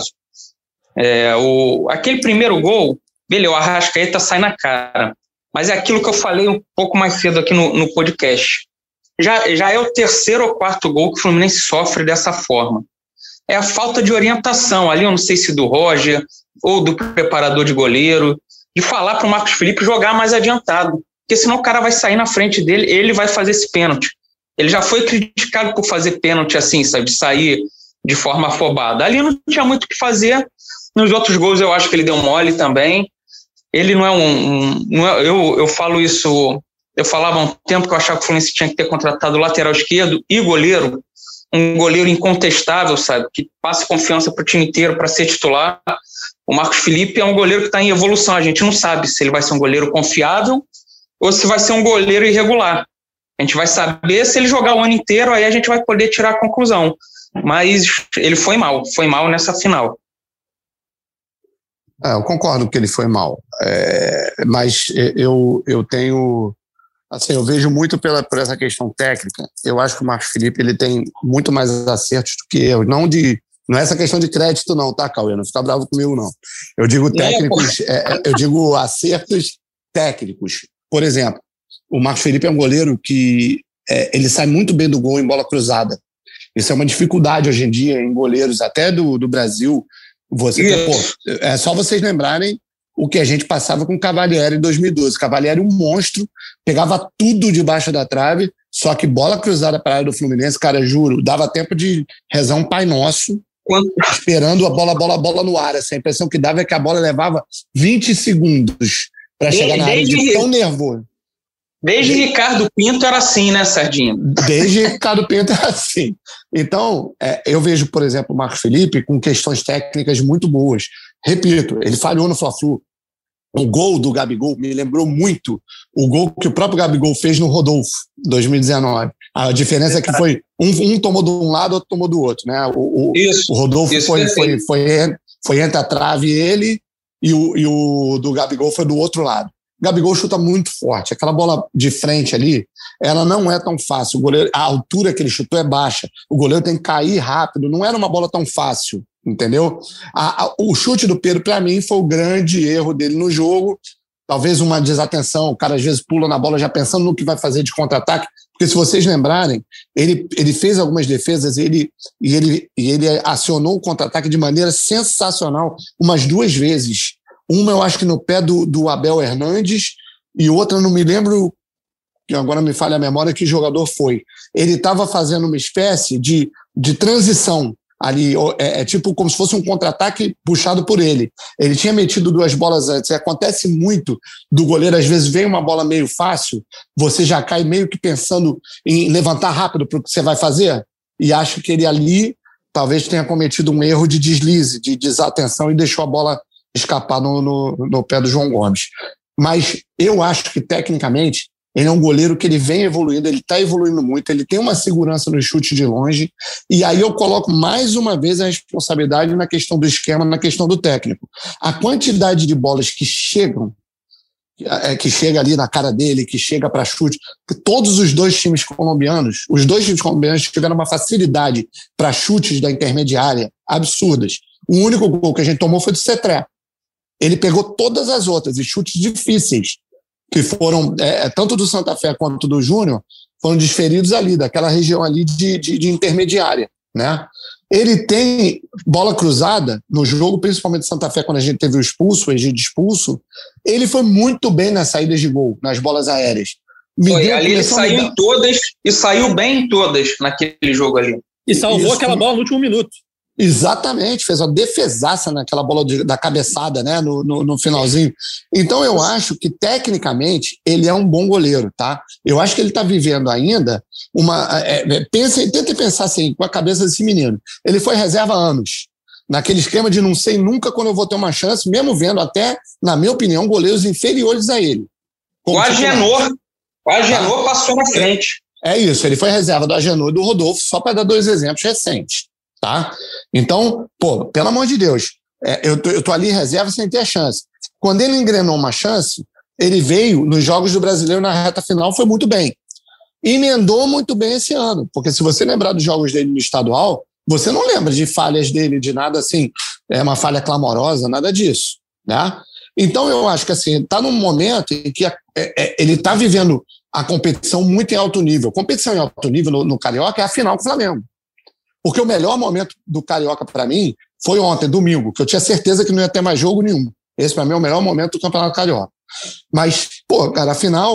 Aquele primeiro gol, o Arrascaeta sai na cara. Mas é aquilo que eu falei um pouco mais cedo aqui no podcast. Já é o 3º ou 4º gol que o Fluminense sofre dessa forma. É a falta de orientação ali, eu não sei se do Roger ou do preparador de goleiro, de falar para o Marcos Felipe jogar mais adiantado. porque senão o cara vai sair na frente dele, ele vai fazer esse pênalti. Ele já foi criticado por fazer pênalti assim, sabe, de sair de forma afobada. Ali não tinha muito o que fazer. Nos outros gols eu acho que ele deu mole também. Ele não é eu falo isso, eu falava há um tempo que eu achava que o Fluminense tinha que ter contratado lateral esquerdo e goleiro, um goleiro incontestável, sabe, que passe confiança para o time inteiro para ser titular. O Marcos Felipe é um goleiro que está em evolução, a gente não sabe se ele vai ser um goleiro confiável ou se vai ser um goleiro irregular. A gente vai saber se ele jogar o ano inteiro, aí a gente vai poder tirar a conclusão. Mas ele foi mal nessa final. Eu concordo que ele foi mal, mas eu tenho, assim, eu vejo muito por essa questão técnica. Eu acho que o Marcos Felipe ele tem muito mais acertos do que eu, não é essa questão de crédito não, tá, Cauê? Não fica bravo comigo não. Eu digo técnicos, eu digo acertos técnicos. Por exemplo, o Marcos Felipe é um goleiro que ele sai muito bem do gol em bola cruzada. Isso é uma dificuldade hoje em dia em goleiros, até do Brasil. É só vocês lembrarem o que a gente passava com o Cavalieri em 2012. Cavalieri, um monstro, pegava tudo debaixo da trave, só que bola cruzada para a área do Fluminense, cara, juro, dava tempo de rezar um Pai Nosso, esperando a bola no ar. Essa impressão que dava é que a bola levava 20 segundos para chegar na área, de tão nervoso. Desde Ricardo Pinto era assim, né, Sardinha? Desde Ricardo Pinto era assim. Então, eu vejo, por exemplo, o Marcos Felipe com questões técnicas muito boas. Repito, ele falhou no Fla-Flu. O gol do Gabigol me lembrou muito o gol que o próprio Gabigol fez no Rodolfo, 2019. A diferença é que foi um tomou de um lado, outro tomou do outro, né? O Rodolfo foi entre a trave ele e o do Gabigol foi do outro lado. Gabigol chuta muito forte. Aquela bola de frente ali, ela não é tão fácil. O goleiro, a altura que ele chutou é baixa. O goleiro tem que cair rápido. Não era uma bola tão fácil, entendeu? O chute do Pedro, para mim, foi o grande erro dele no jogo. Talvez uma desatenção. O cara, às vezes, pula na bola já pensando no que vai fazer de contra-ataque. Porque, se vocês lembrarem, ele fez algumas defesas e ele acionou o contra-ataque de maneira sensacional umas 2 vezes. Uma eu acho que no pé do Abel Hernandes e outra não me lembro, que agora me falha a memória, que jogador foi. Ele estava fazendo uma espécie de transição ali, tipo como se fosse um contra-ataque puxado por ele. Ele tinha metido 2 bolas antes. Acontece muito do goleiro, às vezes vem uma bola meio fácil, você já cai meio que pensando em levantar rápido para o que você vai fazer, e acho que ele ali talvez tenha cometido um erro de deslize, de desatenção, e deixou a bola escapar no pé do João Gomes. Mas eu acho que, tecnicamente, ele é um goleiro que ele vem evoluindo, ele está evoluindo muito, ele tem uma segurança no chute de longe, e aí eu coloco mais uma vez a responsabilidade na questão do esquema, na questão do técnico. A quantidade de bolas que chega ali na cara dele, que chega para chute, todos os dois times colombianos tiveram uma facilidade para chutes da intermediária absurdas. O único gol que a gente tomou foi do Cetré. Ele pegou todas as outras, e chutes difíceis, que foram, tanto do Santa Fé quanto do Júnior, foram desferidos ali, daquela região ali de intermediária, né? Ele tem bola cruzada no jogo, principalmente de Santa Fé, quando a gente teve o Egídio expulso, ele foi muito bem nas saídas de gol, nas bolas aéreas. Ali ele saiu em todas, e saiu bem em todas naquele jogo ali. E salvou aquela bola no último minuto. Exatamente, fez uma defesaça naquela bola da cabeçada, né, no finalzinho. Então eu acho que, tecnicamente, ele é um bom goleiro, tá? Eu acho que ele está vivendo ainda tenta pensar assim, com a cabeça desse menino. Ele foi reserva há anos, naquele esquema de não sei nunca quando eu vou ter uma chance, mesmo vendo até, na minha opinião, goleiros inferiores a ele. O Agenor passou na frente. É isso, ele foi reserva do Agenor e do Rodolfo, só para dar 2 exemplos recentes. Tá? Então, pelo amor de Deus, eu tô ali em reserva sem ter a chance. Quando ele engrenou uma chance, ele veio nos Jogos do Brasileiro na reta final, foi muito bem. Emendou muito bem esse ano, porque se você lembrar dos jogos dele no estadual, você não lembra de falhas dele, de nada assim, uma falha clamorosa, nada disso, né? Então eu acho que assim, está num momento em que ele está vivendo a competição muito em alto nível. Competição em alto nível no Carioca é a final com o Flamengo. Porque o melhor momento do Carioca para mim foi ontem, domingo, que eu tinha certeza que não ia ter mais jogo nenhum. Esse para mim é o melhor momento do Campeonato Carioca. Mas, cara, a final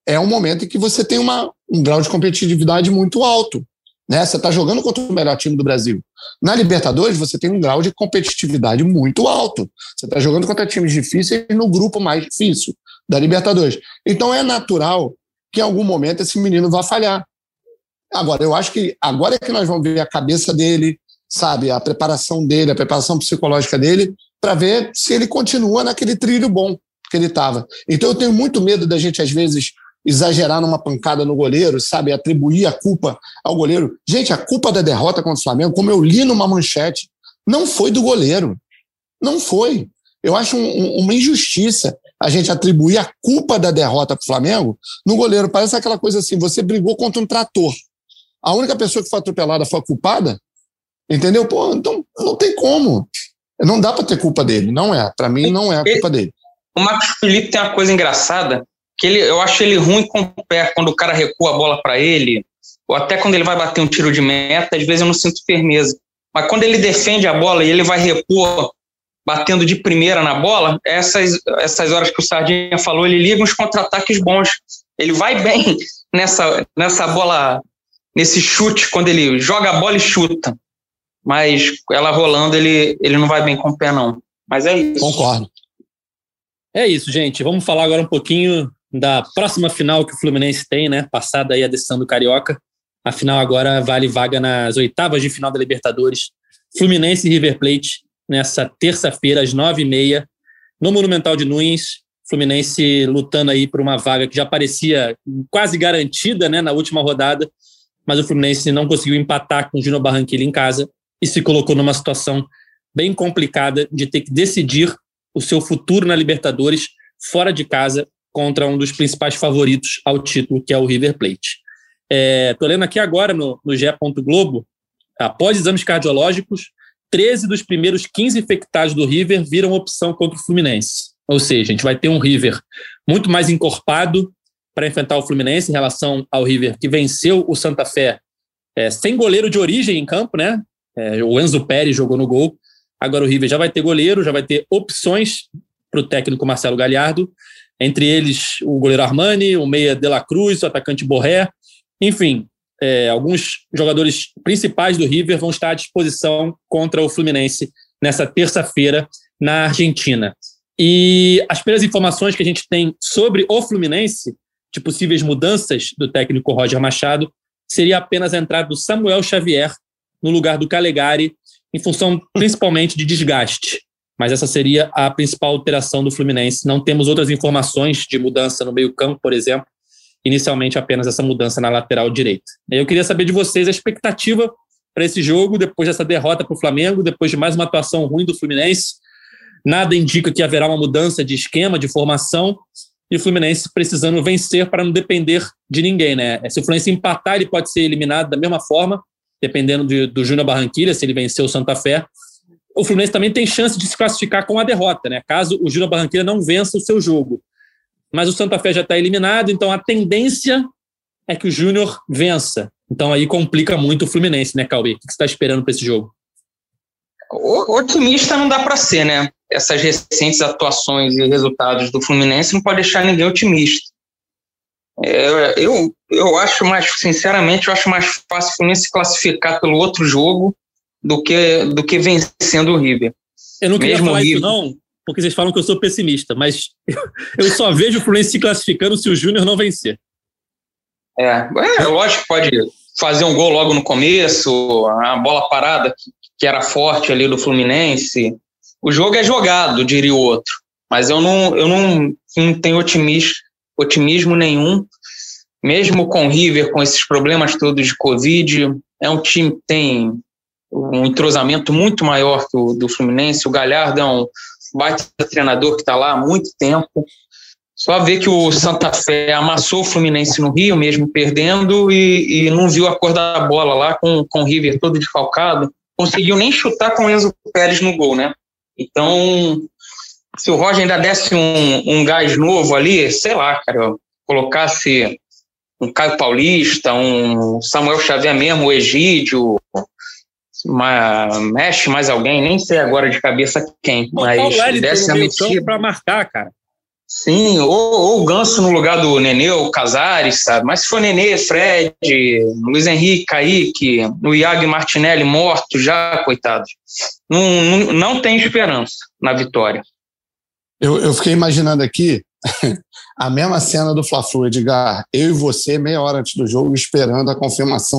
é um momento em que você tem um grau de competitividade muito alto, né? Você está jogando contra o melhor time do Brasil. Na Libertadores, você tem um grau de competitividade muito alto. Você está jogando contra times difíceis no grupo mais difícil da Libertadores. Então é natural que em algum momento esse menino vá falhar. Agora, eu acho que agora é que nós vamos ver a cabeça dele, sabe, a preparação dele, a preparação psicológica dele, para ver se ele continua naquele trilho bom que ele estava. Então eu tenho muito medo da gente, às vezes, exagerar numa pancada no goleiro, sabe, atribuir a culpa ao goleiro. Gente, a culpa da derrota contra o Flamengo, como eu li numa manchete, não foi do goleiro. Não foi. Eu acho uma injustiça a gente atribuir a culpa da derrota para o Flamengo no goleiro. Parece aquela coisa assim, você brigou contra um trator. A única pessoa que foi atropelada foi a culpada, entendeu? Pô, então não tem como. Não dá para ter culpa dele, não é. Para mim, não é a culpa dele. O Marcos Felipe tem uma coisa engraçada, que eu acho ele ruim com o pé, quando o cara recua a bola para ele, ou até quando ele vai bater um tiro de meta, às vezes eu não sinto firmeza. Mas quando ele defende a bola e ele vai repor batendo de primeira na bola, essas horas que o Sardinha falou, ele liga uns contra-ataques bons. Ele vai bem nessa bola, nesse chute, quando ele joga a bola e chuta. Mas ela rolando, ele não vai bem com o pé, não. Mas é isso. Concordo. É isso, gente. Vamos falar agora um pouquinho da próxima final que o Fluminense tem, né? Passada aí a decisão do Carioca. A final agora vale vaga nas oitavas de final da Libertadores. Fluminense e River Plate, nessa terça-feira, às 9h30, no Monumental de Nunes. Fluminense lutando aí por uma vaga que já parecia quase garantida, né, na última rodada, mas o Fluminense não conseguiu empatar com o Júnior Barranquilla em casa e se colocou numa situação bem complicada de ter que decidir o seu futuro na Libertadores fora de casa contra um dos principais favoritos ao título, que é o River Plate. Estou lendo aqui agora no GE. Globo, após exames cardiológicos, 13 dos primeiros 15 infectados do River viram opção contra o Fluminense. Ou seja, a gente vai ter um River muito mais encorpado para enfrentar o Fluminense em relação ao River que venceu o Santa Fé sem goleiro de origem em campo, né? O Enzo Pérez jogou no gol. Agora o River já vai ter goleiro, já vai ter opções para o técnico Marcelo Galhardo, entre eles o goleiro Armani, o meia De La Cruz, o atacante Borré. Enfim, alguns jogadores principais do River vão estar à disposição contra o Fluminense nessa terça-feira na Argentina. E as primeiras informações que a gente tem sobre o Fluminense, de possíveis mudanças do técnico Roger Machado, seria apenas a entrada do Samuel Xavier no lugar do Calegari, em função principalmente de desgaste. Mas essa seria a principal alteração do Fluminense. Não temos outras informações de mudança no meio-campo, por exemplo. Inicialmente, apenas essa mudança na lateral direita. Eu queria saber de vocês a expectativa para esse jogo, depois dessa derrota para o Flamengo, depois de mais uma atuação ruim do Fluminense. Nada indica que haverá uma mudança de esquema, de formação, e o Fluminense precisando vencer para não depender de ninguém, né? Se o Fluminense empatar, ele pode ser eliminado da mesma forma, dependendo do Júnior Barranquilla, se ele vencer o Santa Fé. O Fluminense também tem chance de se classificar com a derrota, né? Caso o Júnior Barranquilla não vença o seu jogo. Mas o Santa Fé já está eliminado, então a tendência é que o Júnior vença. Então aí complica muito o Fluminense, né, Cauê? O que você está esperando para esse jogo? Otimista não dá para ser, né? Essas recentes atuações e resultados do Fluminense não pode deixar ninguém otimista. Eu acho mais, sinceramente, eu acho mais fácil o Fluminense se classificar pelo outro jogo do que vencendo o River. Eu não queria falar isso não, porque vocês falam que eu sou pessimista, mas eu só vejo o Fluminense se classificando se o Júnior não vencer. Lógico que pode fazer um gol logo no começo, a bola parada que era forte ali do Fluminense. O jogo é jogado, diria o outro, mas eu não tenho otimismo nenhum, mesmo com o River, com esses problemas todos de Covid. É um time que tem um entrosamento muito maior que o do Fluminense. O Galhardo é um baita treinador que está lá há muito tempo. Só ver que o Santa Fé amassou o Fluminense no Rio, mesmo perdendo, e não viu a cor da bola lá, com o River todo desfalcado. Conseguiu nem chutar com o Enzo Pérez no gol, né? Então, se o Roger ainda desse um gás novo ali, sei lá, cara, colocasse um Caio Paulista, um Samuel Xavier mesmo, o Egídio, mexe mais alguém, nem sei agora de cabeça quem, mas o Wellington desse a mexida para marcar, cara. Sim, ou o Ganso no lugar do Nenê ou Casares, sabe? Mas se for Nenê, Fred, Luiz Henrique, Kaique, o Iago e Martinelli mortos já, coitados. Não tem esperança na vitória. Eu fiquei imaginando aqui a mesma cena do Fla-Flu, Edgar. Eu e você, meia hora antes do jogo, esperando a confirmação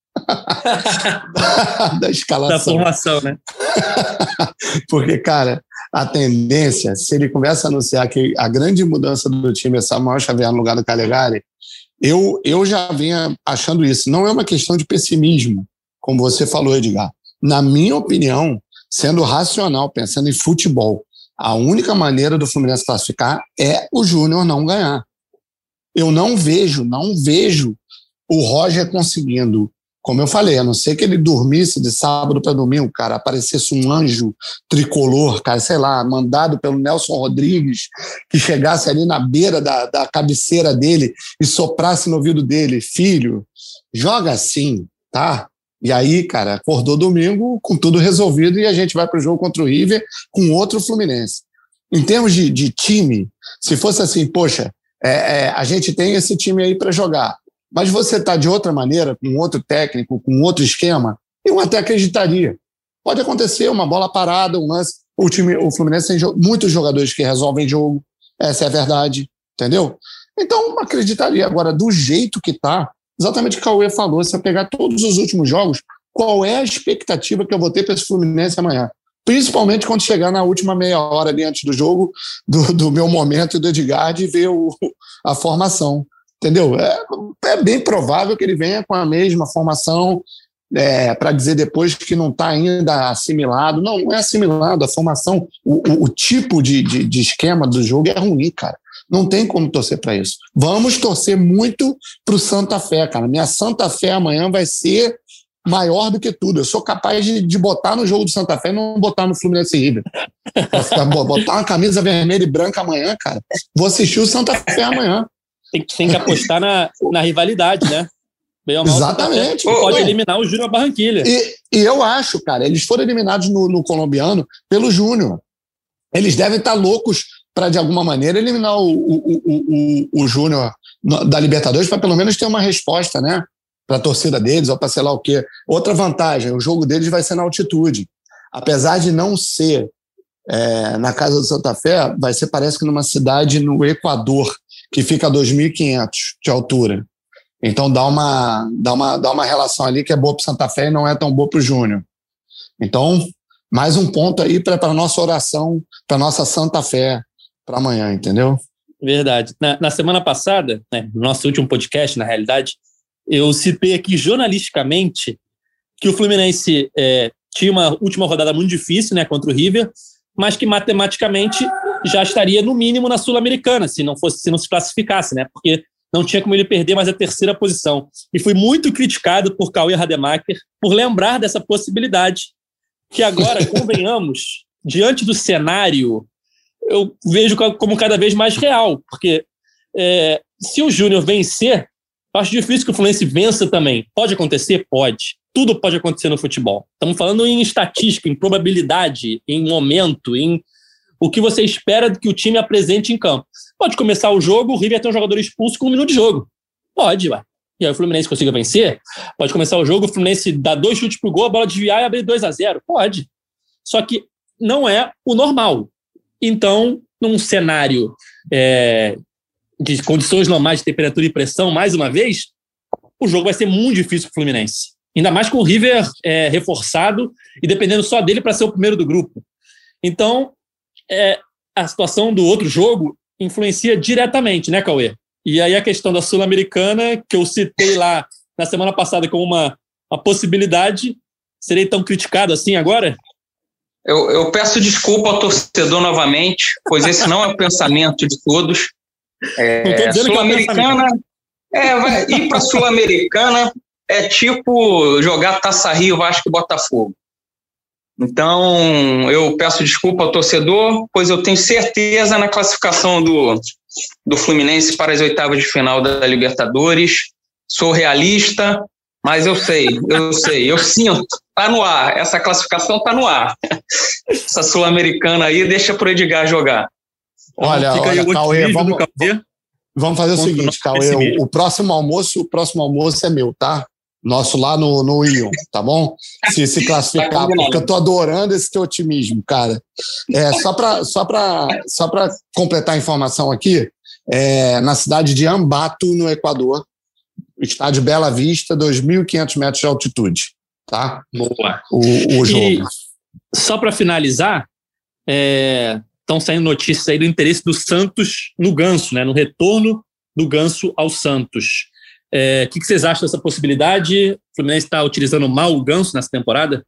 da escalação. Da formação, né? Porque, cara, a tendência, se ele começa a anunciar que a grande mudança do time é Samuel Xavier no lugar do Calegari, eu já vinha achando isso. Não é uma questão de pessimismo, como você falou, Edgar. Na minha opinião, sendo racional, pensando em futebol, a única maneira do Fluminense classificar é o Júnior não ganhar. Eu não vejo o Roger conseguindo, como eu falei, a não ser que ele dormisse de sábado para domingo, cara, aparecesse um anjo tricolor, cara, sei lá, mandado pelo Nelson Rodrigues, que chegasse ali na beira da cabeceira dele e soprasse no ouvido dele: filho, joga assim, tá? E aí, cara, acordou domingo com tudo resolvido e a gente vai para o jogo contra o River com outro Fluminense. Em termos de time, se fosse assim, poxa, a gente tem esse time aí para jogar, mas você está de outra maneira, com outro técnico, com outro esquema, eu até acreditaria. Pode acontecer uma bola parada, um lance. O Fluminense tem muitos jogadores que resolvem jogo, essa é a verdade, entendeu? Então, acreditaria. Agora, do jeito que está, exatamente o que o Cauê falou, se eu pegar todos os últimos jogos, qual é a expectativa que eu vou ter para esse Fluminense amanhã? Principalmente quando chegar na última meia hora ali antes do jogo, do meu momento e do Edgar, de ver a formação. Entendeu? É bem provável que ele venha com a mesma formação, para dizer depois que não está ainda assimilado. Não é assimilado. A formação, o tipo de esquema do jogo é ruim, cara. Não tem como torcer para isso. Vamos torcer muito para o Santa Fé, cara. Minha Santa Fé amanhã vai ser maior do que tudo. Eu sou capaz de botar no jogo do Santa Fé e não botar no Fluminense River. Botar uma camisa vermelha e branca amanhã, cara. Vou assistir o Santa Fé amanhã. Tem que apostar na rivalidade, né? Bem ou mal, exatamente. Pode eliminar o Júnior Barranquilla. E eu acho, cara, eles foram eliminados no colombiano pelo Júnior. Eles devem estar loucos para, de alguma maneira, eliminar o Júnior da Libertadores, para pelo menos ter uma resposta, né? Para a torcida deles, ou para sei lá o quê. Outra vantagem, o jogo deles vai ser na altitude. Apesar de não ser na Casa do Santa Fé, vai ser, parece que numa cidade no Equador, que fica a 2.500 de altura. Então dá uma relação ali que é boa para o Santa Fé e não é tão boa para o Júnior. Então, mais um ponto aí para a nossa oração, para a nossa Santa Fé para amanhã, entendeu? Verdade. Na semana passada, né, no nosso último podcast, na realidade, eu citei aqui jornalisticamente que o Fluminense tinha uma última rodada muito difícil, né, contra o River, mas que matematicamente já estaria no mínimo na Sul-Americana, se não se classificasse, né? Porque não tinha como ele perder mais a terceira posição. E fui muito criticado por Cauê Rademacher por lembrar dessa possibilidade, que agora, convenhamos, diante do cenário, eu vejo como cada vez mais real, porque se o Júnior vencer, eu acho difícil que o Fluminense vença também. Pode acontecer? Pode. Tudo pode acontecer no futebol. Estamos falando em estatística, em probabilidade, em momento, em o que você espera que o time apresente em campo. Pode começar o jogo, o River tem um jogador expulso com 1 minuto de jogo. Pode, ué. E aí o Fluminense consiga vencer. Pode começar o jogo, o Fluminense dá 2 chutes pro gol, a bola desviar e abrir 2-0. Pode. Só que não é o normal. Então, num cenário de condições normais de temperatura e pressão, mais uma vez, o jogo vai ser muito difícil pro Fluminense. Ainda mais com o River reforçado e dependendo só dele para ser o primeiro do grupo. Então, a situação do outro jogo influencia diretamente, né, Cauê? E aí a questão da Sul-Americana, que eu citei lá na semana passada como uma possibilidade, serei tão criticado assim agora? Eu peço desculpa ao torcedor novamente, pois esse não é o pensamento de todos. Sul-Americana, ir para a Sul-Americana é tipo jogar Taça Rio, Vasco e Botafogo. Então, eu peço desculpa ao torcedor, pois eu tenho certeza na classificação do Fluminense para as oitavas de final da Libertadores. Sou realista, mas eu sinto, está no ar, essa classificação está no ar. Essa Sul-Americana aí deixa para o Edgar jogar. Olha, Cauê, vamos fazer o seguinte, Cauê, o próximo almoço é meu, tá? Nosso lá no Ion, tá bom? Se classificar, porque eu tô adorando esse teu otimismo, cara. Só para completar a informação aqui, na cidade de Ambato, no Equador, estádio Bela Vista, 2.500 metros de altitude, tá? Boa. O jogo. E só para finalizar, estão saindo notícias aí do interesse do Santos no Ganso, né? No retorno do Ganso ao Santos. O que vocês acham dessa possibilidade? O Fluminense está utilizando mal o Ganso nessa temporada?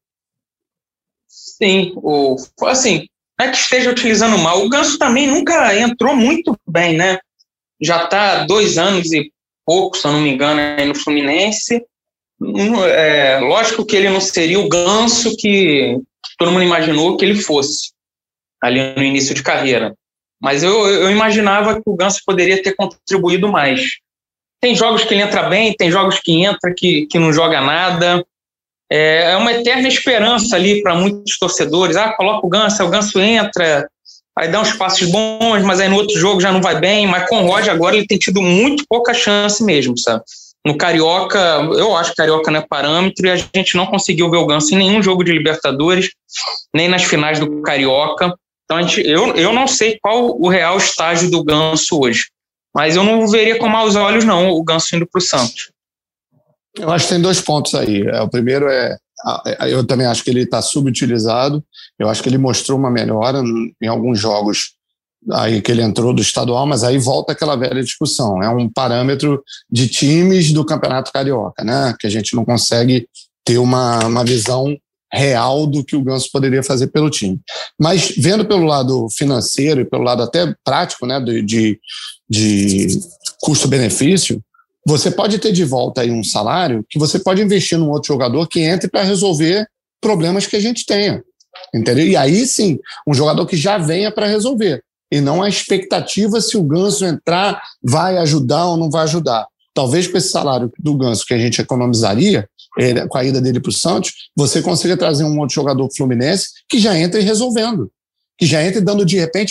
Sim, assim, não é que esteja utilizando mal. O Ganso também nunca entrou muito bem, né? Já está 2 anos e pouco, se eu não me engano, aí no Fluminense. Lógico que ele não seria o Ganso que todo mundo imaginou que ele fosse ali no início de carreira. Mas eu imaginava que o Ganso poderia ter contribuído mais. Tem jogos que ele entra bem, tem jogos que entra que não joga nada. É uma eterna esperança ali para muitos torcedores. Coloca o Ganso entra, aí dá uns passos bons, mas aí no outro jogo já não vai bem. Mas com o Roger agora ele tem tido muito pouca chance mesmo, sabe? No Carioca, eu acho que Carioca não é parâmetro e a gente não conseguiu ver o Ganso em nenhum jogo de Libertadores, nem nas finais do Carioca. Então eu não sei qual o real estágio do Ganso hoje. Mas eu não veria com maus olhos, não, o Ganso indo para o Santos. Eu acho que tem 2 pontos aí. O primeiro eu também acho que ele está subutilizado. Eu acho que ele mostrou uma melhora em alguns jogos aí que ele entrou do estadual, mas aí volta aquela velha discussão. É um parâmetro de times do Campeonato Carioca, né? Que a gente não consegue ter uma visão real do que o Ganso poderia fazer pelo time. Mas vendo pelo lado financeiro e pelo lado até prático, né, de custo-benefício, você pode ter de volta aí um salário que você pode investir num outro jogador que entre para resolver problemas que a gente tenha, entendeu? E aí sim, um jogador que já venha para resolver, e não a expectativa se o Ganso entrar vai ajudar ou não vai ajudar. Talvez com esse salário do Ganso que a gente economizaria, com a ida dele para o Santos, você consiga trazer um outro jogador Fluminense que já entre resolvendo, que já entre dando de repente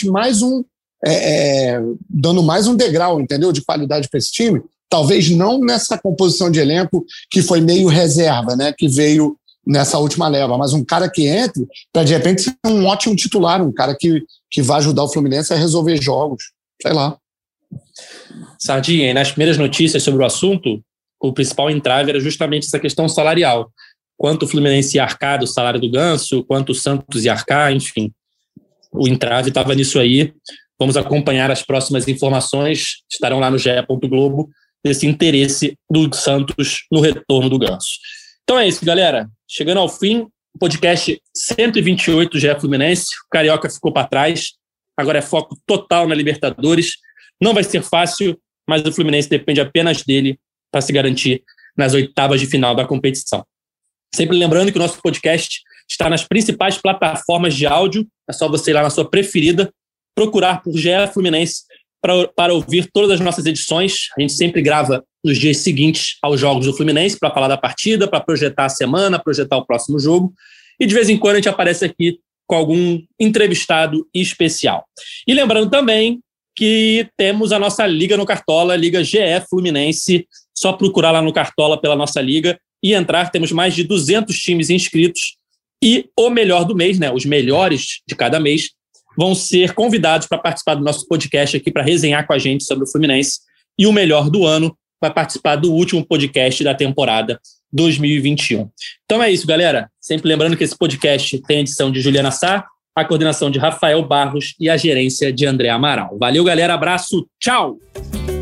dando mais um degrau, entendeu, de qualidade para esse time. Talvez não nessa composição de elenco que foi meio reserva, né, que veio nessa última leva, mas um cara que entre para de repente ser um ótimo titular, um cara que vai ajudar o Fluminense a resolver jogos, sei lá. Sardinha, nas primeiras notícias sobre o assunto, o principal entrave era justamente essa questão salarial. Quanto o Fluminense ia arcar do salário do Ganso, quanto o Santos ia arcar, enfim. O entrave estava nisso aí. Vamos acompanhar as próximas informações, estarão lá no GE. Globo, desse interesse do Santos no retorno do Ganso. Então é isso, galera. Chegando ao fim, o podcast 128 do GE Fluminense. O Carioca ficou para trás. Agora é foco total na Libertadores. Não vai ser fácil, mas o Fluminense depende apenas dele para se garantir nas oitavas de final da competição. Sempre lembrando que o nosso podcast está nas principais plataformas de áudio. É só você ir lá na sua preferida, procurar por GE Fluminense para ouvir todas as nossas edições. A gente sempre grava nos dias seguintes aos jogos do Fluminense para falar da partida, para projetar a semana, projetar o próximo jogo. E de vez em quando a gente aparece aqui com algum entrevistado especial. E lembrando também que temos a nossa Liga no Cartola, Liga GE Fluminense. Só procurar lá no Cartola pela nossa liga e entrar. Temos mais de 200 times inscritos e o melhor do mês, né, os melhores de cada mês, vão ser convidados para participar do nosso podcast aqui para resenhar com a gente sobre o Fluminense. E o melhor do ano vai participar do último podcast da temporada 2021. Então é isso, galera. Sempre lembrando que esse podcast tem a edição de Juliana Sá, a coordenação de Rafael Barros e a gerência de André Amaral. Valeu, galera. Abraço. Tchau!